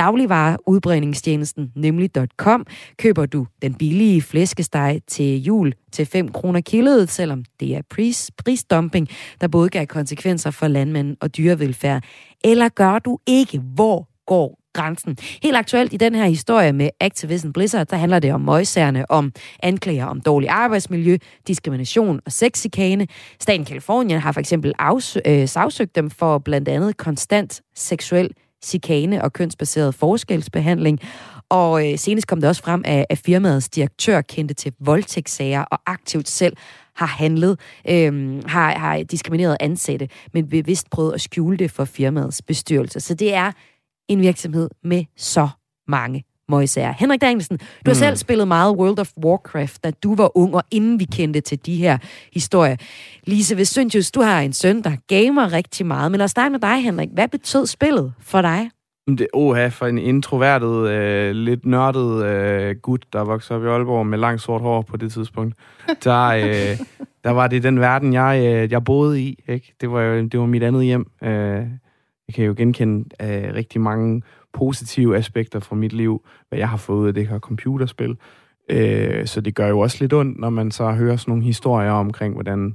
dagligvareudbringningstjenesten nemlig punktum com. Køber du den billige flæskesteg til jul til fem kroner kiloet, selvom det er pris, prisdumping, der både gav konsekvenser for landmænd og dyrevelfærd. Eller gør du ikke? Hvor går grænsen? Helt aktuelt i den her historie med Activision Blizzard, der handler det om møgsagerne, om anklager om dårlig arbejdsmiljø, diskrimination og sexchikane. Staten Californien har for eksempel afs- øh, sagsøgt dem for blandt andet konstant seksuel chikane og kønsbaseret forskelsbehandling. Og øh, senest kom det også frem, at, at firmaets direktør kendte til voldtægtssager og aktivt selv har handlet, øh, har, har diskrimineret ansatte, men bevidst prøvet at skjule det for firmaets bestyrelse. Så det er en virksomhed med så mange møgsager. Henrik Danielsen, du har mm. selv spillet meget World of Warcraft, da du var ung, og inden vi kendte til de her historier. Lise Vicentius, du har en søn, der gamer rigtig meget, men lad os starte med dig, Henrik. Hvad betød spillet for dig? Det oha, for en introvertet, øh, lidt nørdet øh, gut, der voksede op i Aalborg med langt sort hår på det tidspunkt. Der, øh, der var det den verden, jeg, øh, jeg boede i. Ikke? Det, var jo, det var mit andet hjem. Øh, jeg kan jo genkende øh, rigtig mange positive aspekter fra mit liv, hvad jeg har fået ud af det her computerspil. Øh, så det gør jo også lidt ondt, når man så hører sådan nogle historier omkring, hvordan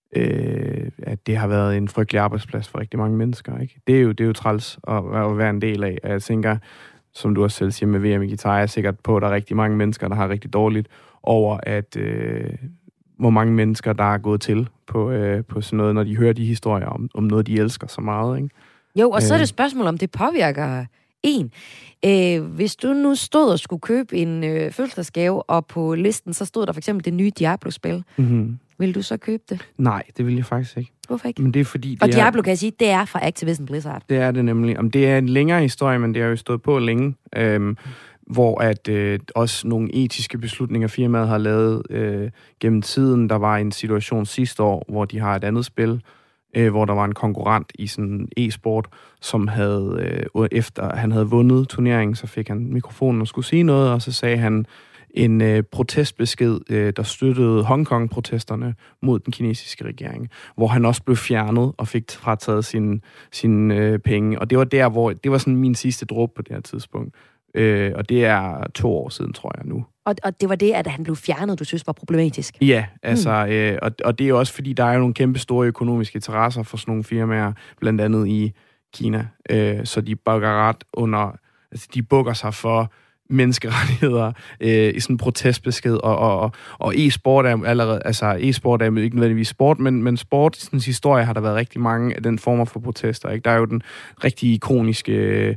øh, at det har været en frygtelig arbejdsplads for rigtig mange mennesker. Ikke? Det er jo, det er jo træls at, at være en del af. Og jeg tænker, som du også selv siger med V M i Guitar, jeg er sikkert på, at der er rigtig mange mennesker, der har rigtig dårligt over, at øh, hvor mange mennesker, der er gået til på, øh, på sådan noget, når de hører de historier om, om noget, de elsker så meget. Ikke? Jo, og så er det et spørgsmål, om det påvirker en. Øh, hvis du nu stod og skulle købe en øh, fødselsdagsgave, og på listen, så stod der for eksempel det nye Diablo-spil. Mm-hmm. Vil du så købe det? Nej, det vil jeg faktisk ikke. Hvorfor ikke? Men det er fordi... Det og Diablo, er, kan jeg sige, det er fra Activision Blizzard. Det er det nemlig. Om det er en længere historie, men det har jo stået på længe. Øhm, hvor at øh, også nogle etiske beslutninger, firmaet har lavet øh, gennem tiden. Der var en situation sidste år, hvor de har et andet spil, øh, hvor der var en konkurrent i sådan e-sport, som havde, øh, efter han havde vundet turneringen, så fik han mikrofonen og skulle sige noget, og så sagde han en øh, protestbesked, øh, der støttede Hongkong-protesterne mod den kinesiske regering, hvor han også blev fjernet og fik frataget sine sin, øh, penge. Og det var der, hvor det var sådan min sidste dråbe på det her tidspunkt. Øh, og det er to år siden, tror jeg nu. Og, og det var det, at han blev fjernet, du synes var problematisk? Ja, altså, mm. øh, og, og det er også fordi, der er jo nogle kæmpe store økonomiske interesser for sådan nogle firmaer, blandt andet i Kina. Øh, så de bukker ret under, altså de bukker sig for menneskerettigheder øh, i sådan en protestbesked, og, og, og, og e-sport er allerede, altså e-sport er ikke nødvendigvis sport, men, men sport, sådan en historie har der været rigtig mange af den former for protester, ikke? Der er jo den rigtig ikoniske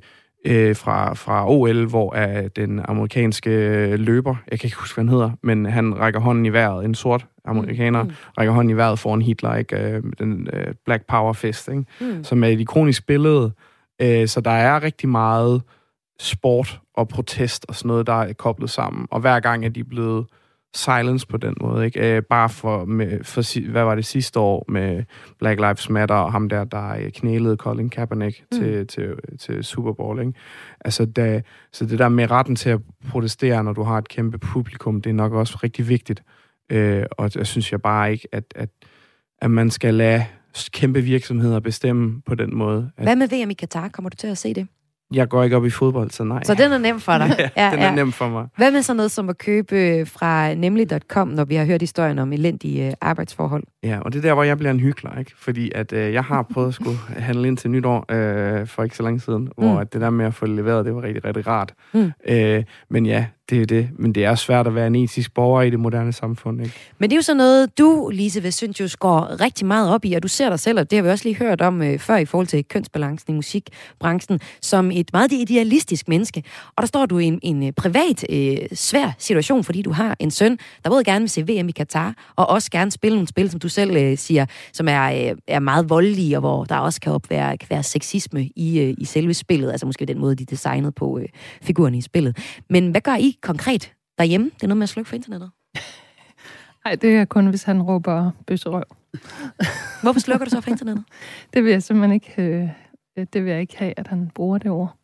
øh, fra, fra O L, hvor er den amerikanske løber, jeg kan ikke huske, hvad han hedder, men han rækker hånden i vejret, en sort amerikaner, mm. rækker hånden i vejret foran Hitler, ikke? Øh, den øh, Black Power Fest, ikke? Mm. Som er et ikonisk billede, øh, så der er rigtig meget sport og protest og sådan noget, der er koblet sammen. Og hver gang er de blevet silence på den måde, ikke? Æ, bare for, med, for, hvad var det sidste år med Black Lives Matter og ham der, der knælede Colin Kaepernick mm. til, til, til Super Bowl, ikke? Altså, da, så det der med retten til at protestere, når du har et kæmpe publikum, det er nok også rigtig vigtigt. Æ, og jeg synes jeg bare ikke, at, at, at man skal lade kæmpe virksomheder bestemme på den måde. At, hvad med V M i Katar? Kommer du til at se det? Jeg går ikke op i fodbold, så nej. Så den er nem for dig? Ja, den er ja. nem for mig. Hvad med sådan noget som at købe fra nemlig punktum com, når vi har hørt historien om elendige arbejdsforhold? Ja, og det er der, hvor jeg bliver en hykler, ikke? Fordi at øh, jeg har prøvet at skulle handle ind til nytår øh, for ikke så lang siden, hvor mm. at det der med at få det leveret, det var rigtig, rigtig rart. Mm. Øh, men ja, Det er det, men det er svært at være en etisk borger i det moderne samfund, ikke? Men det er jo sådan noget, du, Lise Vesyntius, går rigtig meget op i, og du ser dig selv, og det har vi også lige hørt om øh, før i forhold til kønsbalancen i musikbranchen, som et meget idealistisk menneske. Og der står du i en, en privat, øh, svær situation, fordi du har en søn, der både gerne vil se V M i Katar, og også gerne spille nogle spil, som du selv øh, siger, som er, øh, er meget voldelige, og hvor der også kan opvære kan være sexisme i, øh, i selve spillet, altså måske den måde, de er designet på øh, figurerne i spillet. Men hvad gør I konkret derhjemme? Det er noget med at slukke for internettet. Nej, det er kun, hvis han råber bøsserøv. Hvorfor slukker du så for internettet? Det vil jeg simpelthen ikke, øh, det vil jeg ikke have, at han bruger det ord.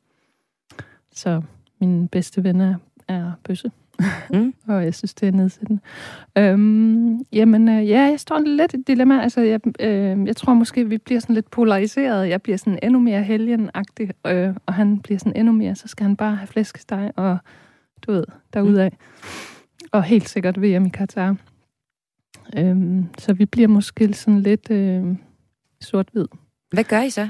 Så min bedste venner er bøsse. Mm. Og jeg synes, det er nedsættende. Øhm, jamen, øh, ja, jeg står lidt i et dilemma. Altså, jeg, øh, jeg tror måske, vi bliver sådan lidt polariseret. Jeg bliver sådan endnu mere helgenagtig, øh, og han bliver sådan endnu mere, så skal han bare have flæskesteg og du ved, derudad. Mm. Og helt sikkert V M i Katar. Øhm, så vi bliver måske sådan lidt øh, sort-hvid. Hvad gør I så?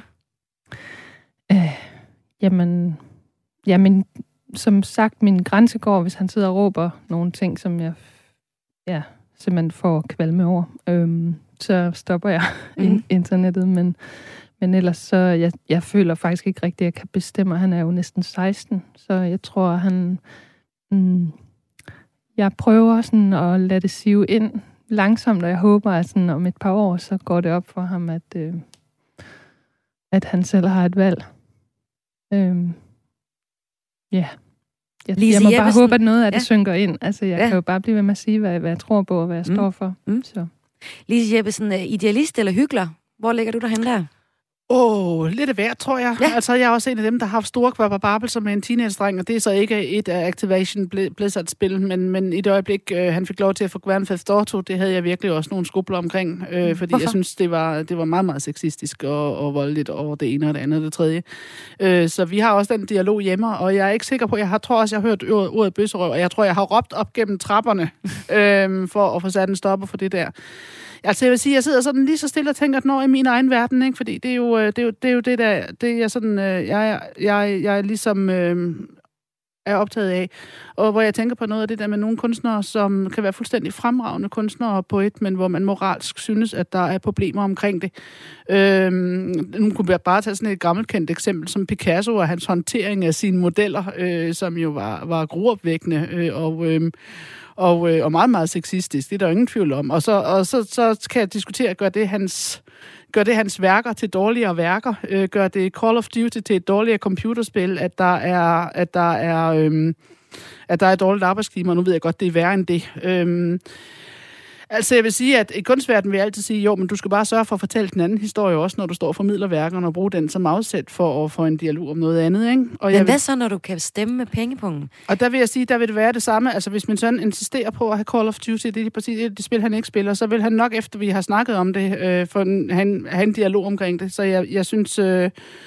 Øh, jamen, jamen, som sagt, min grænse går, hvis han sidder og råber nogle ting, som jeg ja, simpelthen får kvalme over. Øhm, så stopper jeg mm. internettet, men, men ellers så, jeg, jeg føler faktisk ikke rigtigt, at jeg kan bestemme. Han er jo næsten seksten, så jeg tror, han... Mm, jeg prøver sådan at lade det sive ind langsomt, og jeg håber, at sådan om et par år, så går det op for ham, at, øh, at han selv har et valg. Øhm, ja. Jeg, Lise jeg må Jeppesen. bare håbe, at noget af det ja. synker ind. Altså, jeg ja. kan jo bare blive ved med at sige, hvad, hvad jeg tror på, og hvad jeg mm. står for. Mm. Så. Lise Jeppesen, idealist eller hyggelig? Hvor ligger du derhen der? Åh, oh, lidt af hvert, tror jeg. Ja. Altså, jeg er også en af dem, der har haft store kvabababelser med en teenage-dreng, og det er så ikke et af Activation Blizzard-spil, men, men i det øjeblik, øh, han fik lov til at få Grand Theft Auto, det havde jeg virkelig også nogle skrubler omkring, øh, fordi Hvorfor? jeg synes, det var, det var meget, meget sexistisk og, og voldeligt, og det ene og det andet og det tredje. Øh, så vi har også den dialog hjemme, og jeg er ikke sikker på, jeg har, tror også, jeg har hørt ordet, ordet bøsserøv, og jeg tror, jeg har råbt op gennem trapperne øh, for at få sat en stopper for det der. Altså, jeg vil sige, jeg sidder sådan lige så stille og tænker, at når i min egen verden, ikke? Fordi det er jo det, er jo, det, er jo det der, det jeg sådan, jeg, jeg, jeg ligesom øh, er optaget af. Og hvor jeg tænker på noget af det der med nogle kunstnere, som kan være fuldstændig fremragende kunstnere på et, men hvor man moralsk synes, at der er problemer omkring det. Øh, nu kunne jeg bare tage sådan et gammelkendt eksempel som Picasso og hans håndtering af sine modeller, øh, som jo var, var gruopvækkende øh, og... Øh, Og, øh, og meget, meget sexistisk. Det er der jo ingen tvivl om. Og så, og så, så kan jeg diskutere, gør det hans, gør det hans værker til dårligere værker? Øh, gør det Call of Duty til et dårligere computerspil? At der er, at der er, øhm, at der er et dårligt arbejdsklima? Nu ved jeg godt, det er værre end det. Øhm, Altså, jeg vil sige, at i kunstverden vil jeg altid sige, jo, men du skal bare sørge for at fortælle den anden historie også, når du står og formidler værkerne, og bruge den som afsæt for at få en dialog om noget andet, ikke? Og men jeg hvad vil... så, når du kan stemme med pengepunkten? Og der vil jeg sige, der vil det være det samme. Altså, hvis min søn insisterer på at have Call of Duty, det er præcis det, det spil, han ikke spiller, så vil han nok, efter vi har snakket om det, øh, få en, have, have en dialog omkring det. Så jeg, jeg synes... Øh,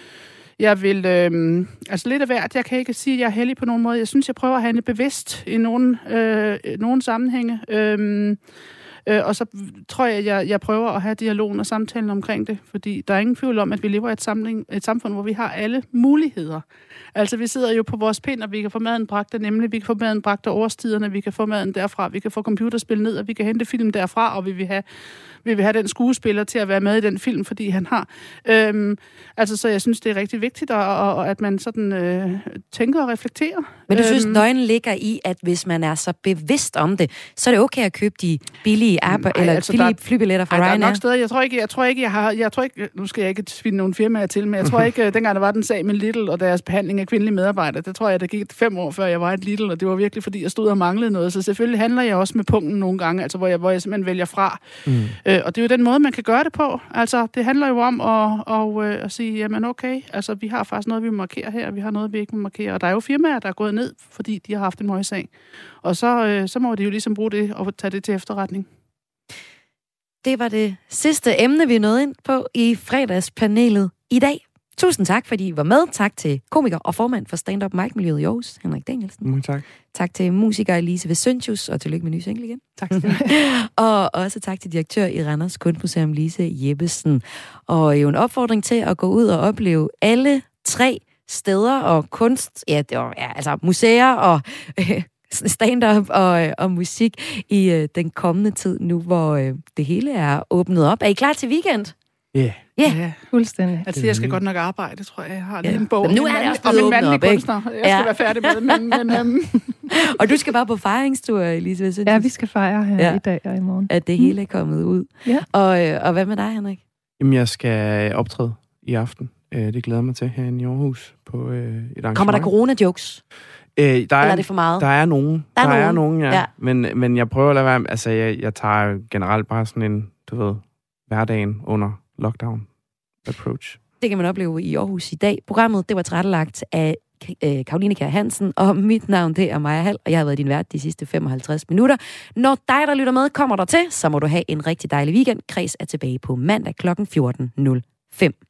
Jeg vil, øh, altså lidt af hvert, jeg kan ikke sige, at jeg er heldig på nogen måde. Jeg synes, jeg prøver at have det bevidst i nogle, øh, nogle sammenhænge. Øh, øh, og så tror jeg, at jeg, jeg prøver at have dialogen og samtalen omkring det, fordi der er ingen tvivl om, at vi lever i et, samling, et samfund, hvor vi har alle muligheder. Altså, vi sidder jo på vores pind, og vi kan få maden bragt der, nemlig vi kan få maden bragt af årstiderne, vi kan få maden derfra, vi kan få computerspil ned, og vi kan hente film derfra, og vi vil have, vi vil have den skuespiller til at være med i den film, fordi han har. Øhm, altså, så jeg synes, det er rigtig vigtigt, og, og, og at man sådan øh, tænker og reflekterer. Men du øhm, synes, nøglen ligger i, at hvis man er så bevidst om det, så er det okay at købe de billige app, nej, eller altså, billige der, flybilletter fra Ryanair? Der er nok steder, jeg tror ikke, jeg tror ikke, jeg har, jeg tror ikke, nu skal jeg ikke svinde nogle firmaer til, men jeg tror ikke, dengang der var den sag med Lidl og deres behandling af kvindelige medarbejdere, det tror jeg, der gik fem år før jeg var et Lidl, og det var virkelig, fordi jeg stod og manglede noget. Så selvfølgelig handler jeg også med punkten nogle gange, altså hvor jeg, hvor jeg simpelthen vælger fra. Mm. Øh, og det er jo den måde, man kan gøre det på. Altså, det handler jo om at, og, øh, at sige, jamen okay, altså vi har faktisk noget, vi må markere her, vi har noget, vi ikke må markere. Og der er jo firmaer, der er gået ned, fordi de har haft en møgssag. Og så, øh, så må de jo ligesom bruge det og tage det til efterretning. Det var det sidste emne, vi nåede ind på i fredagspanelet i dag. Tusind tak, fordi I var med. Tak til komiker og formand for Stand Up Mic-miljøet i Aarhus, Henrik Danielsen. Mm, tak. Tak til musiker Lise Vesyntius, og tillykke med ny single igen. Tak skal du Og også tak til direktør i Randers Kunstmuseum, Lise Jeppesen. Og jo en opfordring til at gå ud og opleve alle tre steder og kunst, ja, det var, ja altså museer og øh, stand-up og, og musik i øh, den kommende tid, nu hvor øh, det hele er åbnet op. Er I klar til weekend? Ja. Yeah. Yeah. Ja, Fuldstændig. altså jeg skal godt nok arbejde, tror jeg. Jeg har lige Ja. en bog Men nu om er en det også mandlig- blevet om en åbnet mandlig op, ikke? kunstner. Jeg skal Ja. være færdig med det, men... men um... Og du skal bare på fejringstur, Elisabeth. Synes Ja, vi skal fejre her Ja. ja. i dag og i morgen. at det hele er kommet ud. Ja. Og, øh, og hvad med dig, Henrik? Jamen, jeg skal optræde i aften. Øh, det glæder jeg mig til herinde i Aarhus på øh, et arrangement. Kommer der corona-jokes? Øh, der Eller er, er det for meget? Der er nogen. Der er der nogen. er nogen, ja. Ja. Men, men jeg prøver at lade være med, altså jeg, jeg tager generelt bare sådan en, du ved, hverdagen under lockdown approach. Det kan man opleve i Aarhus i dag. Programmet, det var tilrettelagt af øh, Karoline Kjær Hansen, og mit navn, det er Maja Hall, og jeg har været din vært de sidste femoghalvtreds minutter. Når dig, der lytter med, kommer der til, så må du have en rigtig dejlig weekend. Kreds er tilbage på mandag klokken fjorten nul fem.